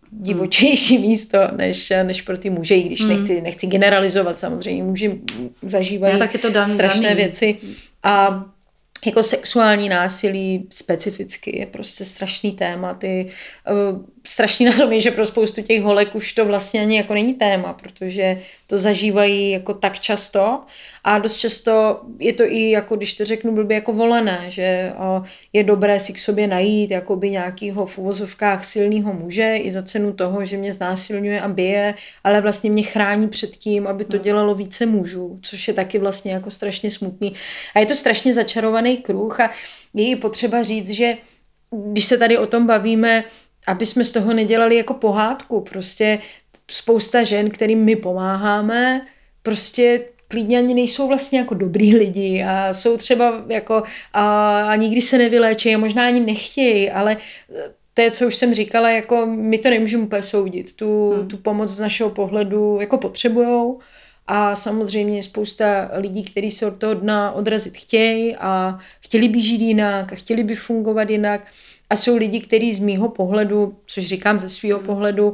divočejší místo než pro ty muže, i když nechci generalizovat, samozřejmě muži zažívají strašné věci. A jako sexuální násilí specificky je prostě strašný téma. Strašný na tom je, že pro spoustu těch holek už to vlastně ani jako není téma, protože to zažívají jako tak často a dost často je to i jako, když to řeknu blbě, jako volené, že je dobré si k sobě najít jakoby nějakýho v uvozovkách silného muže i za cenu toho, že mě znásilňuje a bije, ale vlastně mě chrání před tím, aby to dělalo více mužů, což je taky vlastně jako strašně smutný. A je to strašně začarovaný kruh a je potřeba říct, že když se tady o tom bavíme, aby jsme z toho nedělali jako pohádku. Prostě spousta žen, kterým my pomáháme, prostě klidně ani nejsou vlastně jako dobrý lidi a jsou třeba jako a nikdy se nevyléčí a možná ani nechtějí, ale to je, co už jsem říkala, jako my to nemůžeme úplně soudit. Tu pomoc z našeho pohledu jako potřebujou a samozřejmě je spousta lidí, kteří se od toho dna odrazit chtějí a chtěli by žít jinak a chtěli by fungovat jinak. A jsou lidi, kteří z mýho pohledu, což říkám ze svého pohledu,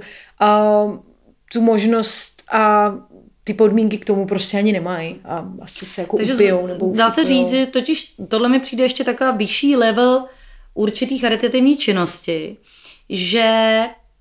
tu možnost a ty podmínky k tomu prostě ani nemají. A asi se jako upijou nebo dá se říct, že totiž tohle mi přijde ještě taková vyšší level určitý charitativní činnosti, že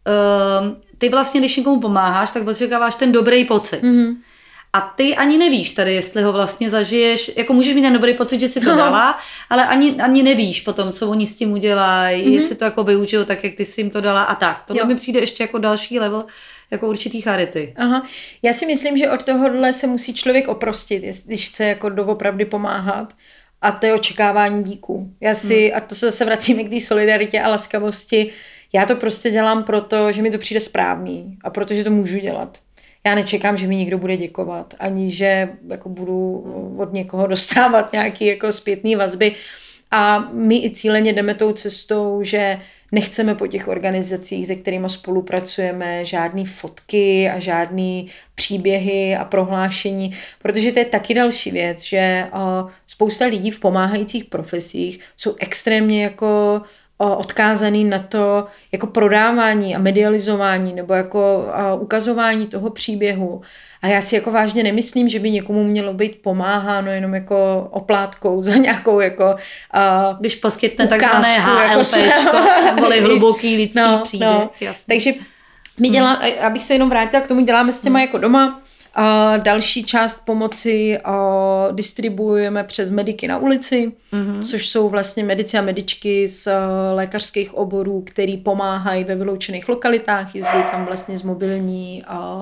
ty vlastně, když někomu pomáháš, tak očekáváš ten dobrý pocit. Mm-hmm. A ty ani nevíš tady, jestli ho vlastně zažiješ, jako můžeš mít ten dobrý pocit, že si to dala, ale ani nevíš potom, co oni s tím udělají, jestli to jako využijou tak, jak ty jsi jim to dala a tak. Tohle mi přijde ještě jako další level, jako určitý charity. Aha. Já si myslím, že od tohohle se musí člověk oprostit, když chce jako doopravdy pomáhat. A to je očekávání díků. A to se zase vracíme k té solidaritě a laskavosti. Já to prostě dělám proto, že mi to přijde správný a protože to můžu dělat. Já nečekám, že mi někdo bude děkovat, ani že jako budu od někoho dostávat nějaké jako zpětné vazby. A my i cíleně jdeme tou cestou, že nechceme po těch organizacích, se kterými spolupracujeme, žádný fotky a žádný příběhy a prohlášení, protože to je taky další věc, že spousta lidí v pomáhajících profesích jsou extrémně jako odkázaný na to jako prodávání a medializování nebo jako ukazování toho příběhu. A já si jako vážně nemyslím, že by někomu mělo být pomáháno jenom jako oplátkou za nějakou jako když poskytne takzvané HLPčko, neboli hluboký lidský příběh. No. Takže my děláme, abych se jenom vrátila k tomu, děláme s těma jako doma. Další část pomoci distribuujeme přes mediky na ulici, což jsou vlastně medici a medičky z lékařských oborů, který pomáhají ve vyloučených lokalitách, jezdí tam vlastně s mobilní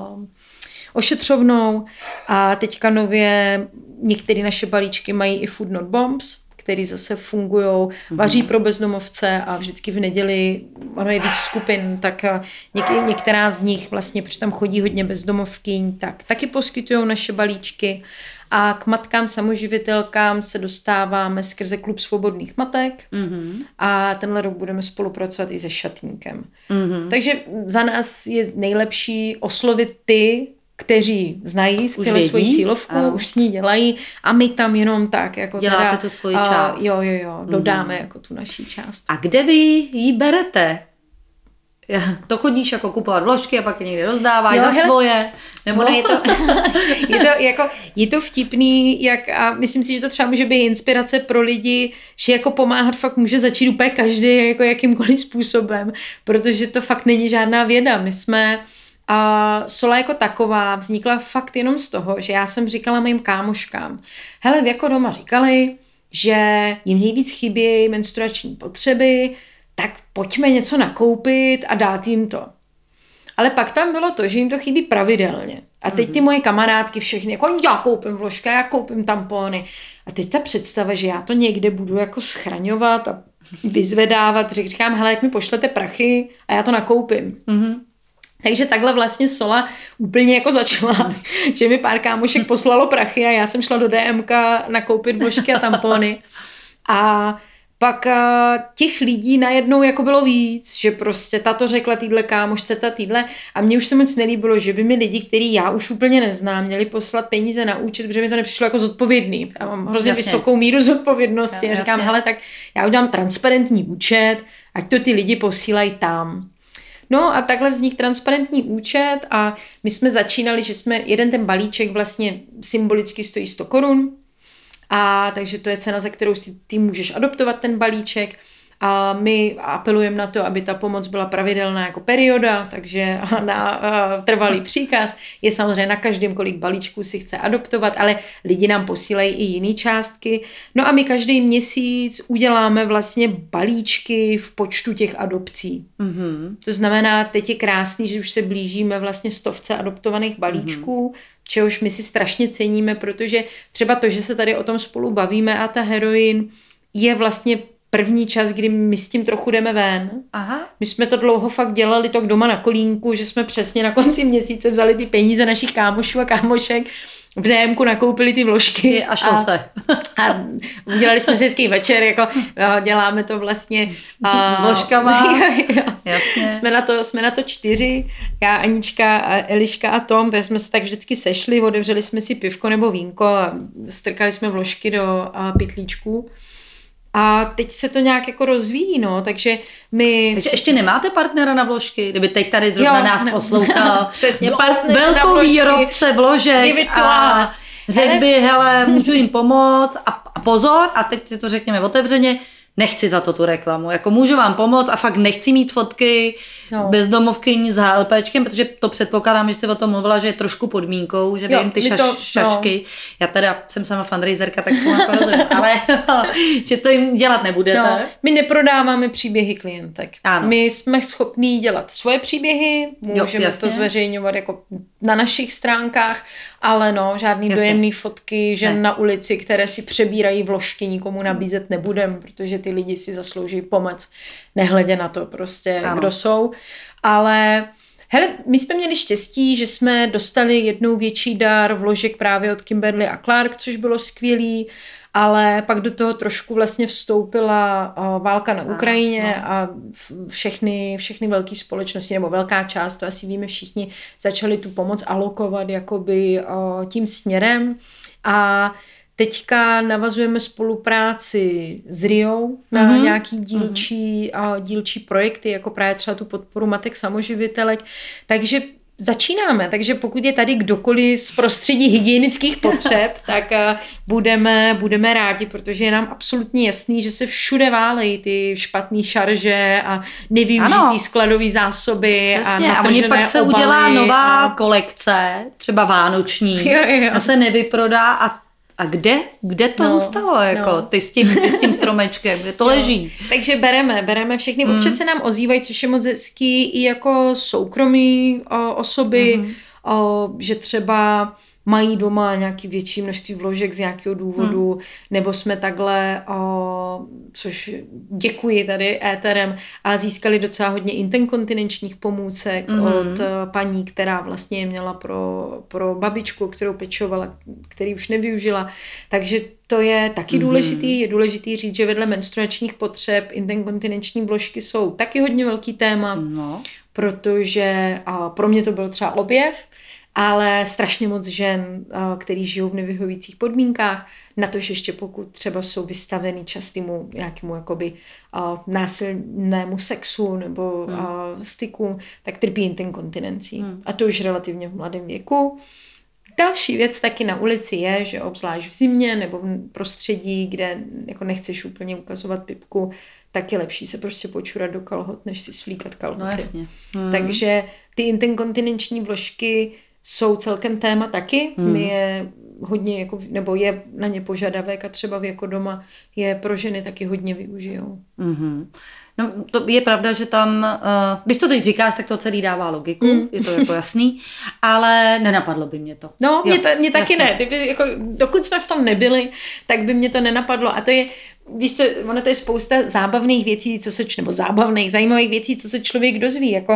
ošetřovnou a teďka nově některé naše balíčky mají i Food Not Bombs, který zase fungujou, vaří pro bezdomovce a vždycky v neděli, ono je víc skupin, tak některá z nich vlastně, protože tam chodí hodně bezdomovkyň, tak taky poskytují naše balíčky a k matkám samoživitelkám se dostáváme skrze Klub svobodných matek a tenhle rok budeme spolupracovat i se Šatníkem. Takže za nás je nejlepší oslovit ty, kteří znají skvěle svoji cílovku, už s ní dělají a my tam jenom tak jako děláte teda, tu svoji část. Jo, dodáme jako tu naší část. A kde vy ji berete? To chodíš jako kupovat vložky a pak je někde rozdáváš za svoje? Nebo je to vtipný, a myslím si, že to třeba může být inspirace pro lidi, že jako pomáhat fakt může začít úplně každý jako jakýmkoliv způsobem, protože to fakt není žádná věda. My jsme a Sola jako taková vznikla fakt jenom z toho, že já jsem říkala mým kámoškám, hele, jako doma říkali, že jim nejvíc chybějí menstruační potřeby, tak pojďme něco nakoupit a dát jim to. Ale pak tam bylo to, že jim to chybí pravidelně. A teď ty moje kamarádky všechny, jako já koupím vložka, já koupím tampony. A teď ta představa, že já to někde budu jako schraňovat a vyzvedávat, říkám, hele, jak mi pošlete prachy a já to nakoupím. Takže takhle vlastně Sola úplně jako začala, že mi pár kámošek poslalo prachy a já jsem šla do DMK nakoupit vložky a tampony. A pak těch lidí najednou jako bylo víc, že prostě tato řekla týhle kámošce, týhle a mně už se moc nelíbilo, že by mi lidi, který já už úplně neznám, měli poslat peníze na účet, protože mi to nepřišlo jako zodpovědný. Já mám hrozně vysokou míru zodpovědnosti. Já říkám, hele, tak já udělám transparentní účet, ať to ty lidi posílají tam. No a takhle vznikl transparentní účet a my jsme začínali, že jsme jeden ten balíček vlastně symbolicky stojí 100 korun, a takže to je cena, za kterou si ty můžeš adoptovat ten balíček. A my apelujeme na to, aby ta pomoc byla pravidelná jako perioda, takže na trvalý příkaz je samozřejmě na každém, kolik balíčků si chce adoptovat, ale lidi nám posílají i jiné částky. No a my každý měsíc uděláme vlastně balíčky v počtu těch adopcí. Mm-hmm. To znamená, teď je krásný, že už se blížíme vlastně 100 adoptovaných balíčků, čehož my si strašně ceníme, protože třeba to, že se tady o tom spolu bavíme a ta heroin je vlastně první čas, kdy my s tím trochu jdeme ven. Aha. My jsme to dlouho fakt dělali tak doma na kolínku, že jsme přesně na konci měsíce vzali ty peníze našich kámošů a kámošek, v DMku nakoupili ty vložky. A šlo se. A udělali jsme si hezký večer, jako děláme to vlastně s vložkama. Jo. Jasně. Jsme na to 4, já, Anička, Eliška a Tom, takže jsme se tak vždycky sešli, otevřeli jsme si pivko nebo vínko a strkali jsme vložky do pytlíčků. A teď se to nějak jako rozvíjí, no, takže my... Takže ještě nemáte partnera na vložky? Kdyby teď tady zrovna nás poslouchal. Přesně, velkou výrobce vložek a řekl by, hele, můžu jim pomoct a pozor, a teď si to řekněme otevřeně, nechci za to tu reklamu, jako můžu vám pomoct a fakt nechci mít fotky bezdomovkyň s HLPčkem, protože to předpokládám, že jsi o tom mluvila, že je trošku podmínkou, že vím ty šašky. Já teda jsem sama fundraiserka, tak to jako rozumím, ale že to jim dělat nebudete. No, my neprodáváme příběhy klientek. Ano. My jsme schopní dělat svoje příběhy, můžeme to zveřejňovat jako na našich stránkách, ale žádný dojemný fotky žen na ulici, které si přebírají vložky, nikomu nabízet nebudem, protože ty lidi si zaslouží pomoc, nehledě na to prostě, kdo jsou. Ale hele, my jsme měli štěstí, že jsme dostali jednou větší dar vložek právě od Kimberly a Clark, což bylo skvělý, ale pak do toho trošku vlastně vstoupila válka na Ukrajině a všechny velké společnosti, nebo velká část, to asi víme všichni, začali tu pomoc alokovat jakoby tím směrem a teďka navazujeme spolupráci s Rio na nějaký dílčí projekty, jako právě třeba tu podporu matek samoživitelek. Takže začínáme. Takže pokud je tady kdokoliv z prostředí hygienických potřeb, tak budeme rádi, protože je nám absolutně jasný, že se všude válejí ty špatný šarže a nevyužitý skladové zásoby. Přesně. A oni pak se udělá nová kolekce, třeba vánoční, a se nevyprodá a kde to zůstalo, jako ty s tím stromečkem, kde to leží? Takže bereme všechny. Občas se nám ozývají, což je moc hezký, i jako soukromí osoby, že třeba mají doma nějaký větší množství vložek z nějakého důvodu, nebo jsme takhle, což děkuji tady éterem, a získali docela hodně interkontinenčních pomůcek od paní, která vlastně je měla pro babičku, kterou pečovala, který už nevyužila. Takže to je taky důležitý. Je důležitý říct, že vedle menstruačních potřeb interkontinenční vložky jsou taky hodně velký téma, protože pro mě to byl třeba objev, ale strašně moc žen, který žijou v nevyhovujících podmínkách, na to, že ještě pokud třeba jsou vystavený častému nějakému jakoby násilnému sexu nebo styku, tak trpí interkontinencí. A to už relativně v mladém věku. Další věc taky na ulici je, že obzvlášť v zimě nebo v prostředí, kde jako nechceš úplně ukazovat pipku, tak je lepší se prostě počurat do kalhot, než si svlíkat kalhoty. No jasně. Takže ty interkontinenční vložky jsou celkem téma taky. My je hodně, jako, nebo je na ně požadavek a třeba v Jako doma je pro ženy taky hodně využijou. No, to je pravda, že tam, když to teď říkáš, tak to celý dává logiku, je to jako jasný, ale nenapadlo by mě to. No, mě taky ne. Dokud jsme v tom nebyli, tak by mě to nenapadlo. A to je, víš co, ono to je spousta zábavných věcí, zajímavých věcí, co se člověk dozví. Jako,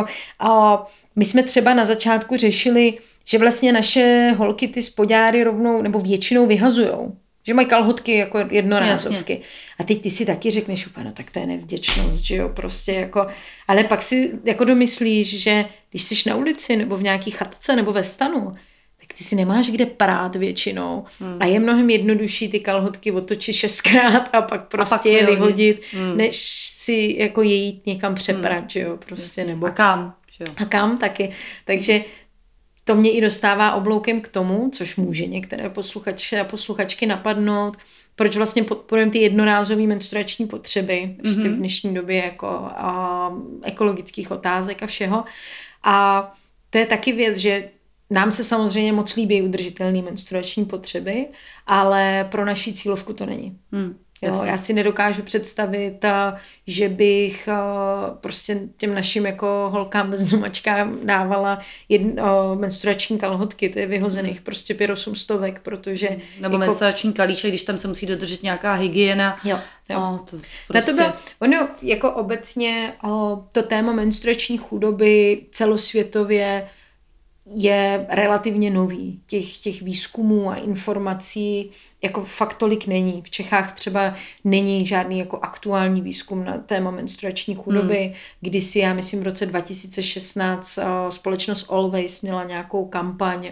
my jsme třeba na začátku řešili, že vlastně naše holky ty spodňáry rovnou, nebo většinou vyhazujou. Že mají kalhotky jako jednorázovky. Jasně. A teď ty si taky řekneš úplně, no tak to je nevděčnost, že jo, prostě jako, ale pak si jako domyslíš, že když jsi na ulici nebo v nějaký chatce nebo ve stanu, tak ty si nemáš kde prát většinou. A je mnohem jednodušší ty kalhotky otočit 6krát a pak prostě je vyhodit, než si jako je jít někam přeprat, že jo, prostě nebo. A kam? Že jo. A kam taky. Takže to mě i dostává obloukem k tomu, což může některé posluchače a posluchačky napadnout, proč vlastně podporujeme ty jednorázové menstruační potřeby ještě v dnešní době jako ekologických otázek a všeho. A to je taky věc, že nám se samozřejmě moc líbí udržitelné menstruační potřeby, ale pro naši cílovku to není. Jo, já si nedokážu představit, že bych prostě těm našim jako holkám bezdomačkám dávala menstruační kalhotky, to je vyhozených prostě 800, protože... Nebo jako, menstruační kalíček, když tam se musí dodržet nějaká hygiena. Jo. To prostě... Na to bylo, ono jako obecně to téma menstruační chudoby celosvětově je relativně nový. Těch výzkumů a informací jako fakt tolik není. V Čechách třeba není žádný jako aktuální výzkum na téma menstruační chudoby. Kdysi, já myslím v roce 2016 společnost Always měla nějakou kampaň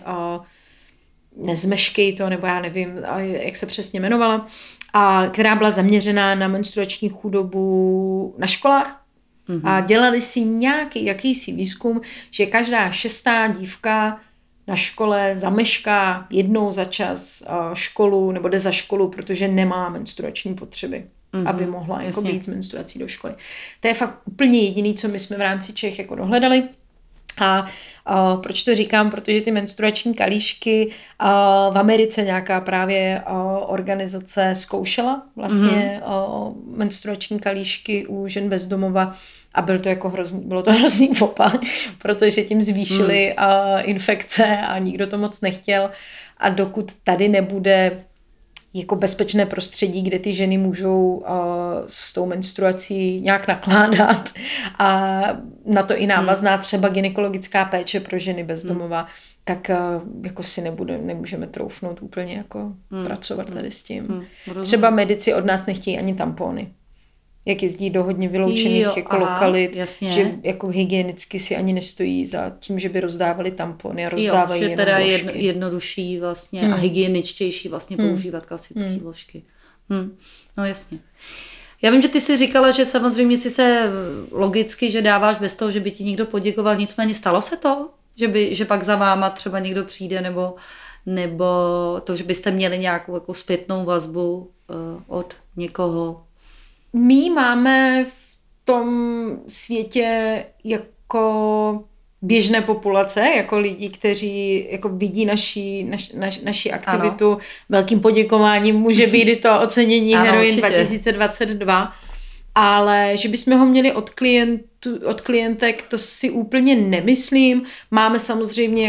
Nezmeškej to, nebo já nevím, jak se přesně jmenovala, a která byla zaměřená na menstruační chudobu na školách. A dělali si jakýsi výzkum, že každá 6. dívka na škole zamešká jednou za čas školu nebo jde za školu, protože nemá menstruační potřeby, aby mohla jako být s menstruací do školy. To je fakt úplně jediný, co my jsme v rámci Čech jako dohledali. A proč to říkám? Protože ty menstruační kalíšky v Americe nějaká právě organizace zkoušela vlastně menstruační kalíšky u žen bezdomova a bylo to hrozný fopa, protože tím zvýšili infekce a nikdo to moc nechtěl. A dokud tady nebude jako bezpečné prostředí, kde ty ženy můžou s tou menstruací nějak nakládat a na to i návazná třeba gynekologická péče pro ženy bezdomova, tak jako si nemůžeme troufnout úplně jako pracovat tady s tím. Třeba medici od nás nechtějí ani tampony. Jak jezdí do hodně vyloučených lokalit, jasně. Že jako hygienicky si ani nestojí za tím, že by rozdávali tampony a rozdávají že jenom teda vložky. Jednodušší vlastně a hygieničtější vlastně používat klasické vložky. No jasně. Já vím, že ty jsi říkala, že samozřejmě si se logicky, že dáváš bez toho, že by ti někdo poděkoval, nicméně stalo se to? Že pak za váma třeba někdo přijde nebo to, že byste měli nějakou jako zpětnou vazbu od někoho? My máme v tom světě jako běžné populace, jako lidi, kteří jako vidí naši aktivitu. Ano. Velkým poděkováním může být i to ocenění Heroin určitě. 2022, ale že bychom ho měli od klientek, to si úplně nemyslím. Máme samozřejmě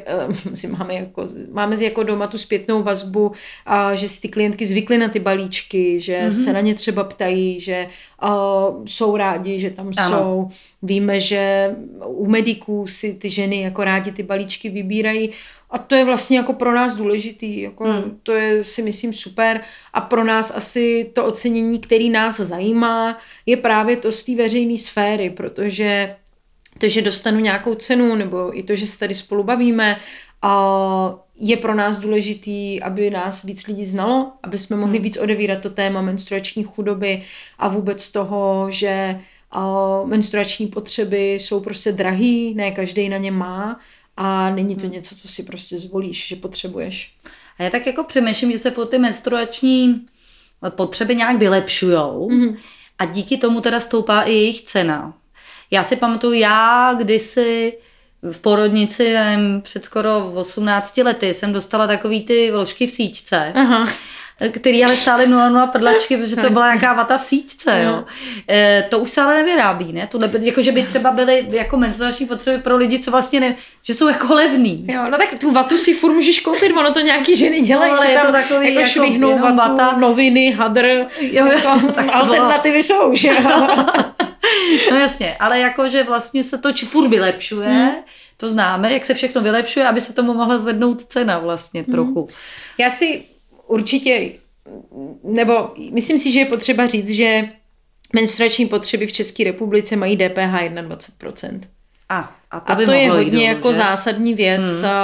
máme jako doma tu zpětnou vazbu, že si ty klientky zvykly na ty balíčky, že se na ně třeba ptají, že jsou rádi, že tam jsou. Víme, že u mediků si ty ženy jako rádi ty balíčky vybírají. A to je vlastně jako pro nás důležitý, jako to je si myslím super a pro nás asi to ocenění, který nás zajímá, je právě to z té veřejné sféry, protože to, že dostanu nějakou cenu nebo i to, že se tady spolu bavíme, je pro nás důležitý, aby nás víc lidí znalo, aby jsme mohli víc odevírat to téma menstruační chudoby a vůbec toho, že menstruační potřeby jsou prostě drahý, ne každý na ně má. A není to něco, co si prostě zvolíš, že potřebuješ. A já tak jako přemýšlím, že se ty menstruační potřeby nějak vylepšujou a díky tomu teda stoupá i jejich cena. Já si pamatuju, já kdysi v porodnici před skoro 18 lety jsem dostala takový ty vložky v síťce. Aha. Který ale stály 0,0 prdlačky, protože to byla nějaká vata v síťce. Jo. To už se ale nevyrábí, ne? To jako, že by třeba byly jako menstruační potřeby pro lidi, co vlastně že jsou jako levný. Jo, no tak tu vatu si furt můžeš koupit, ono to nějaký ženy dělají, no, ale že tam to takový jako švihnou vatu, vata. Noviny, hadr, jo, jasně, jako, alternativy jsou, že jo. No jasně, ale jako, že vlastně se to furt vylepšuje, to známe, jak se všechno vylepšuje, aby se tomu mohla zvednout cena vlastně trochu. Já si určitě, nebo myslím si, že je potřeba říct, že menstruační potřeby v České republice mají DPH 21%. A to je hodně jako zásadní věc.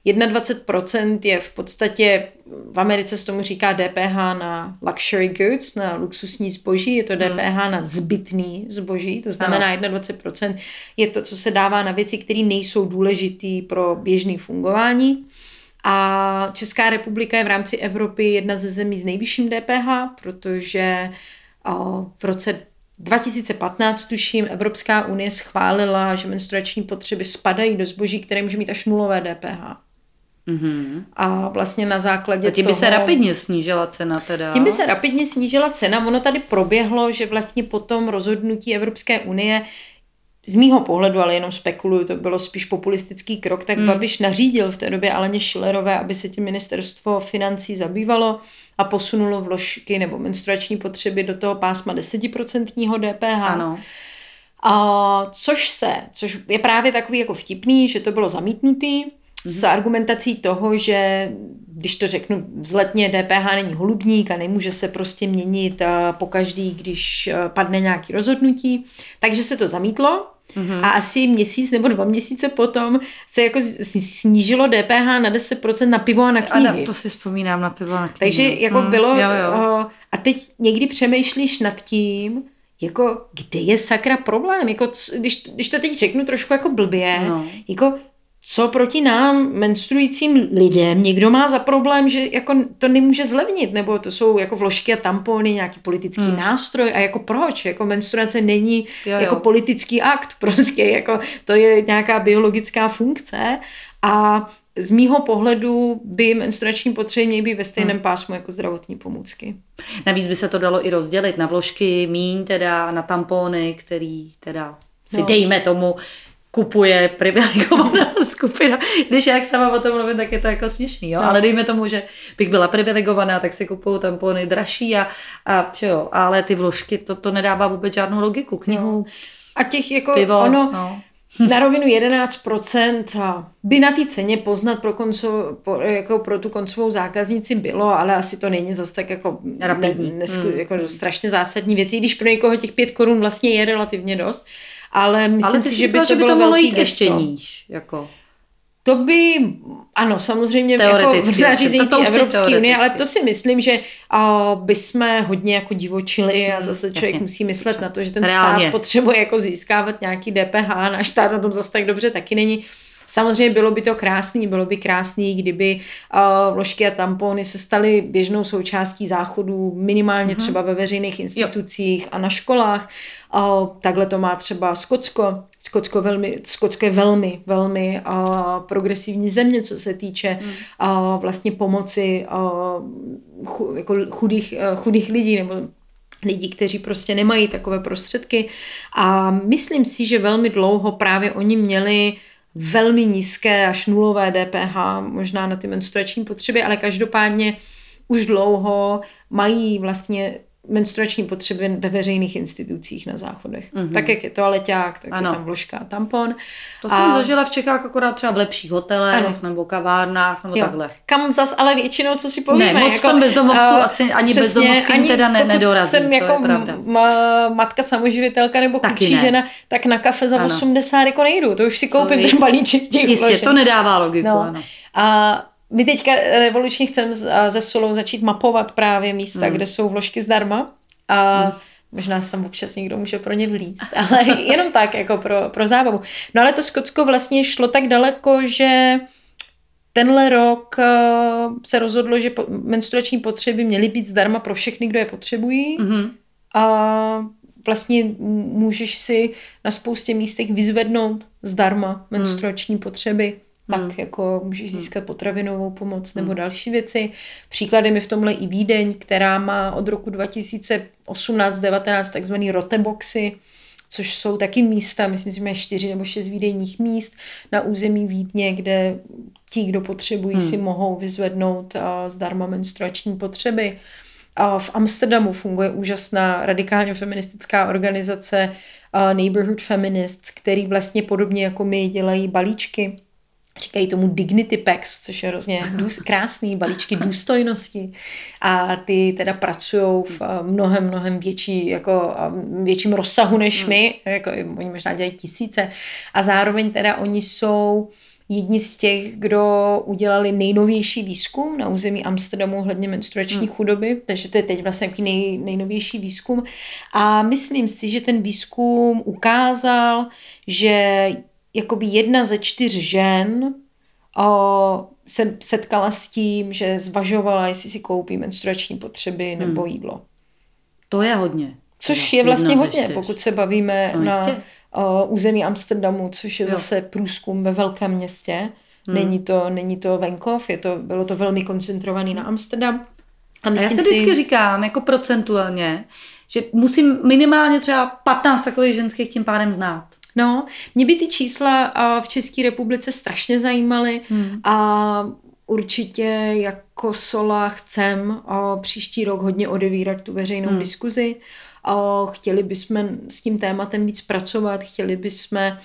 21% je v podstatě, v Americe se tomu říká DPH na luxury goods, na luxusní zboží, je to DPH na zbytný zboží, to znamená 21% je to, co se dává na věci, které nejsou důležitý pro běžné fungování. A Česká republika je v rámci Evropy jedna ze zemí s nejvyšším DPH, protože v roce 2015, tuším, Evropská unie schválila, že menstruační potřeby spadají do zboží, které může mít až nulové DPH. Mm-hmm. A vlastně na základě tím by se rapidně snížila cena teda. Tím by se rapidně snížila cena. Ono tady proběhlo, že vlastně po tom rozhodnutí Evropské unie, z mýho pohledu, ale jenom spekuluju, to bylo spíš populistický krok, tak Babiš nařídil v té době Aleně Schillerové, aby se tím ministerstvo financí zabývalo a posunulo vložky nebo menstruační potřeby do toho pásma 10% DPH. Ano. Což je právě takový jako vtipný, že to bylo zamítnutý s argumentací toho, že když to řeknu vzletně, DPH není holubník a nemůže se prostě měnit pokaždý, když padne nějaký rozhodnutí. Takže se to zamítlo. A asi měsíc nebo 2 měsíce potom se jako snížilo DPH na 10% na pivo a na knihy. Ano, to si vzpomínám, na pivo a na knihy. Takže jako bylo... Jo. A teď někdy přemýšlíš nad tím, jako kde je sakra problém? Jako, když to teď řeknu trošku jako blbě, jako co proti nám menstruujícím lidem někdo má za problém, že jako to nemůže zlevnit, nebo to jsou jako vložky a tampony, nějaký politický nástroj a jako proč? Jako menstruace není jako politický akt, prostě jako to je nějaká biologická funkce a z mýho pohledu by menstruační potřeby měly být ve stejném pásmu jako zdravotní pomůcky. Navíc by se to dalo i rozdělit na vložky, míň teda na tampony, který teda si dejme tomu kupuje privilegovaná skupina. Když jak sama o tom mluvím, tak je to jako směšný, jo? Ale dejme tomu, že bych byla privilegovaná, tak si kupuju tampony dražší a že jo, ale ty vložky, to nedává vůbec žádnou logiku. Knihu, a těch jako pivo, na rovinu 11% by na té ceně poznat pro tu koncovou zákaznici bylo, ale asi to není zase tak jako, jako strašně zásadní věci, když pro někoho těch 5 korun vlastně je relativně dost. Ale myslím si, že by to bylo velký gesto. Ještě níž, jako. To by, ano, samozřejmě jako v nařízení Evropské unie, ale to si myslím, že bychom hodně jako divočili a zase člověk musí myslet na to, že ten stát potřebuje jako získávat nějaký DPH, náš stát na tom zase tak dobře taky není. Samozřejmě bylo by krásný, kdyby vložky a tampony se staly běžnou součástí záchodů, minimálně třeba ve veřejných institucích a na školách. Takhle to má třeba Skotsko. Skotsko je velmi, velmi progresivní země, co se týče vlastně pomoci jako chudých lidí nebo lidí, kteří prostě nemají takové prostředky. A myslím si, že velmi dlouho právě oni měli velmi nízké až nulové DPH, možná na ty menstruační potřeby, ale každopádně už dlouho mají vlastně menstruační potřeby ve veřejných institucích na záchodech. Tak jak je toaleťák, tak je tam vložka a tampon. To jsem zažila v Čechách akorát třeba v lepších hotelech nebo kavárnách nebo takhle. Kam zas ale většinou, co si povíme. Ne, moc jako, tam bezdomovců asi ani bezdomovky teda nedorazí, jsem to jako je pravda. Matka samoživitelka nebo chudší žena, tak na kafe za 80 jako nejdu. To už si koupím ten balíček těch jistě, vložek. to nedává logiku, ano. A my teďka revolučně chceme ze Solou začít mapovat právě místa, kde jsou vložky zdarma a možná se tam občas někdo může pro ně vlízt, ale jenom tak, jako pro zábavu. No ale to Skotsko vlastně šlo tak daleko, že tenhle rok se rozhodlo, že menstruační potřeby měly být zdarma pro všechny, kdo je potřebují a vlastně můžeš si na spoustě místech vyzvednout zdarma menstruační potřeby. Tak jako můžeš získat potravinovou pomoc nebo další věci. Příkladem je v tomhle i Vídeň, která má od roku 2018-19 takzvaný roteboxy, což jsou taky místa, myslím, že mají 4 nebo 6 výdejních míst na území Vídně, kde ti, kdo potřebují, si mohou vyzvednout zdarma menstruační potřeby. A v Amsterdamu funguje úžasná radikálně feministická organizace Neighborhood Feminists, který vlastně podobně jako my dělají balíčky. Říkají tomu dignity packs, což je hrozně krásný balíčky důstojnosti. A ty teda pracujou v mnohem větším rozsahu než my. Jako, oni možná dělají tisíce. A zároveň teda oni jsou jedni z těch, kdo udělali nejnovější výzkum na území Amsterdamu ohledně menstruační chudoby, takže to je teď vlastně nejnovější výzkum. A myslím si, že ten výzkum ukázal, že jakoby 1 ze 4 žen se setkala s tím, že zvažovala, jestli si koupí menstruační potřeby nebo jídlo. To je hodně. Což je vlastně hodně, pokud se bavíme na území Amsterdamu, což je zase průzkum ve velkém městě. Není to venkov, bylo to velmi koncentrovaný na Amsterdam. A já si vždycky říkám, jako procentuálně, že musím minimálně třeba 15 takových ženských tím pádem znát. No, mě by ty čísla v České republice strašně zajímaly a určitě jako Sola chcem příští rok hodně odevírat tu veřejnou diskuzi. Chtěli bychom s tím tématem víc pracovat, chtěli bychom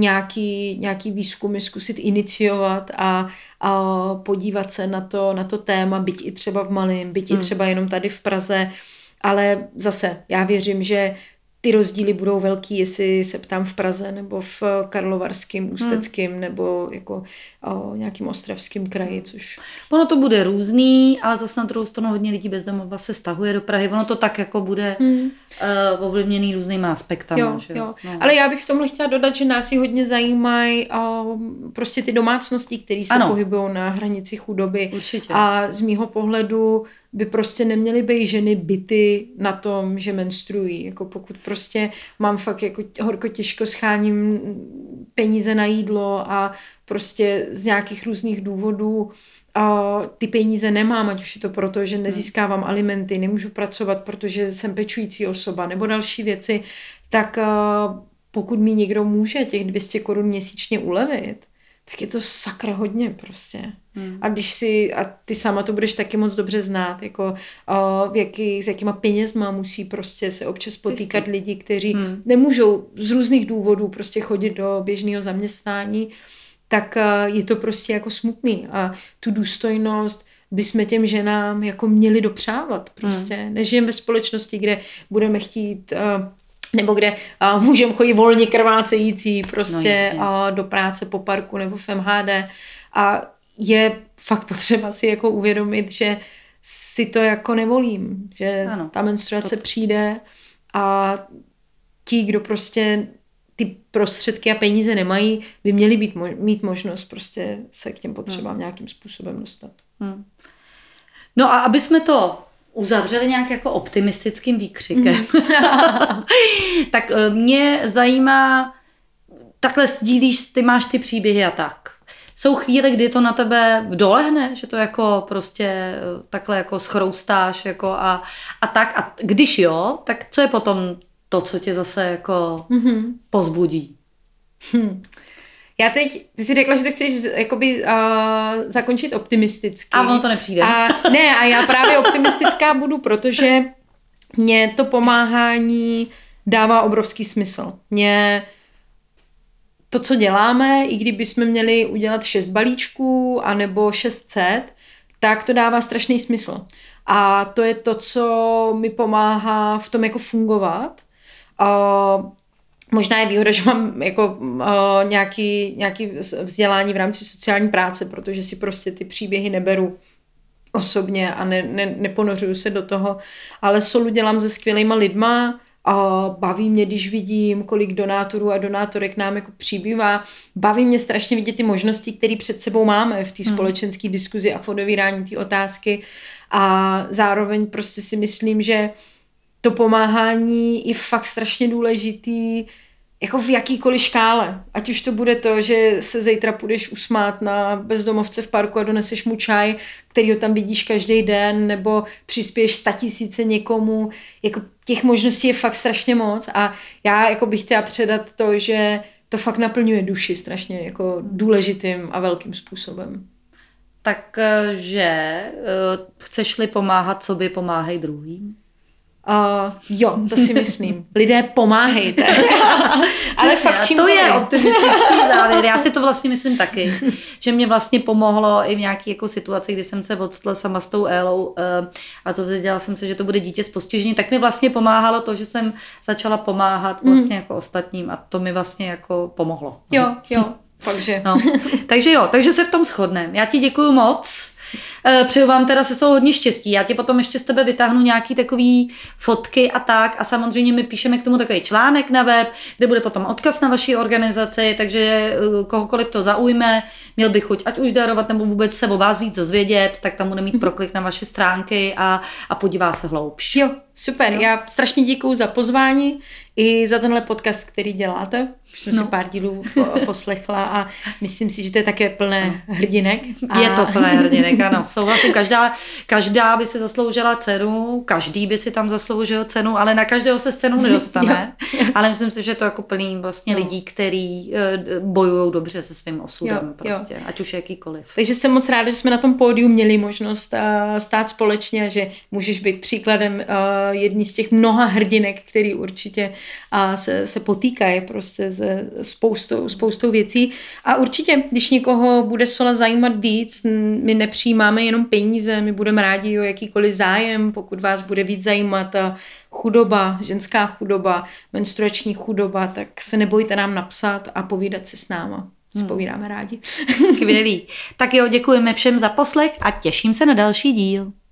nějaký výzkumy zkusit iniciovat a podívat se na to téma, byť i třeba v malém, byť i třeba jenom tady v Praze, ale zase já věřím, že ty rozdíly budou velký, jestli se ptám v Praze nebo v Karlovarském, Ústeckém nebo jako nějakým ostravským kraji, což... Ono to bude různý, ale zase na druhou stranu hodně lidí bezdomova se stahuje do Prahy. Ono to tak jako bude ovlivněný různýma aspektama. Jo. No. Ale já bych v tomhle chtěla dodat, že nás i hodně zajímají prostě ty domácnosti, které se pohybují na hranici chudoby. Určitě. A z mýho pohledu by prostě neměly být ženy bity na tom, že menstruují. Jako pokud prostě mám fakt jako horko těžko scháním peníze na jídlo a prostě z nějakých různých důvodů ty peníze nemám, ať už je to proto, že nezískávám alimenty, nemůžu pracovat, protože jsem pečující osoba nebo další věci, tak pokud mi někdo může těch 200 korun měsíčně ulevit, tak je to sakra hodně prostě. A ty sama to budeš taky moc dobře znát, jako s jakýma penězma musí prostě se občas potýkat lidi, kteří nemůžou z různých důvodů prostě chodit do běžného zaměstnání, tak je to prostě jako smutný. A tu důstojnost bychom těm ženám jako měli dopřávat prostě. Nežijeme ve společnosti, kde budeme chtít... nebo kde můžeme chodit volně krvácející prostě do práce po parku nebo v MHD. A je fakt potřeba si jako uvědomit, že si to jako nevolím. Že ta menstruace přijde a ti, kdo prostě ty prostředky a peníze nemají, by měli mít možnost prostě se k těm potřebám nějakým způsobem dostat. No a aby jsme to uzavřeli nějak jako optimistickým výkřikem, tak mě zajímá, takhle sdílíš, ty máš ty příběhy a tak. Jsou chvíle, kdy to na tebe dolehne, že to jako prostě takhle jako schroustáš jako a tak. A když jo, tak co je potom to, co tě zase jako pozbudí? Ty jsi řekla, že to chceš jakoby zakončit optimisticky. A ono to nepřijde. A já právě optimistická budu, protože mě to pomáhání dává obrovský smysl. Mě to, co děláme, i kdybychom měli udělat 6 balíčků anebo 600, tak to dává strašný smysl. A to je to, co mi pomáhá v tom jako fungovat. Možná je výhoda, že mám jako nějaký vzdělání v rámci sociální práce, protože si prostě ty příběhy neberu osobně a neponořuju se do toho, ale Solu dělám se skvělýma lidma a baví mě, když vidím, kolik donátorů a donátorek nám jako přibývá. Baví mě strašně vidět ty možnosti, které před sebou máme v té společenské diskuzi a v odevírání té otázky a zároveň prostě si myslím, že to pomáhání je fakt strašně důležitý jako v jakýkoliv škále. Ať už to bude to, že se zítra půjdeš usmát na bezdomovce v parku a doneseš mu čaj, který ho tam vidíš každý den, nebo přispěješ 100 000 někomu. Jako těch možností je fakt strašně moc a já jako bych chtěla předat to, že to fakt naplňuje duši strašně jako důležitým a velkým způsobem. Takže chceš-li pomáhat sobě, pomáhej druhým? Jo, to si myslím. Lidé, pomáhejte. Ale fakt čím to je optimistický závěr. Já si to vlastně myslím taky, že mě vlastně pomohlo i v nějaké jako situaci, kdy jsem se odstla sama s tou Elou a co dělala jsem se, že to bude dítě s postižením, tak mi vlastně pomáhalo to, že jsem začala pomáhat vlastně jako ostatním a to mi vlastně jako pomohlo. Jo. Takže. No. Takže se v tom shodneme. Já ti děkuju moc. Přeju vám teda se svou hodně štěstí. Já ti potom ještě z tebe vytáhnu nějaký takový fotky a tak a samozřejmě my píšeme k tomu takový článek na web, kde bude potom odkaz na vaší organizaci, takže kohokoliv to zaujme, měl by chuť ať už darovat nebo vůbec se o vás víc dozvědět, tak tam bude mít proklik na vaše stránky a podívá se hloubš. Jo, super. Jo. Já strašně děkuju za pozvání i za tenhle podcast, který děláte. Už jsem si pár dílů poslechla a myslím si, že to je také plné hrdinek. Je to plné hrdinek, ano. Souhlasím, každá by si zasloužila cenu, každý by si tam zasloužil cenu, ale na každého se s cenou nedostane. Ale myslím si, že to jako plný vlastně lidí, kteří bojují dobře se svým osudem, prostě, ať už jakýkoliv. Takže jsem moc ráda, že jsme na tom pódiu měli možnost stát společně a že můžeš být příkladem jedný z těch mnoha hrdinek, který určitě se potýkají prostě spoustou věcí. A určitě, když někoho bude Sola zajímat víc, my nepřijímáme jenom peníze, my budeme rádi o jakýkoliv zájem, pokud vás bude víc zajímat chudoba, ženská chudoba, menstruační chudoba, tak se nebojte nám napsat a povídat se s náma. Povídáme rádi. Skvělý. Tak jo, děkujeme všem za poslech a těším se na další díl.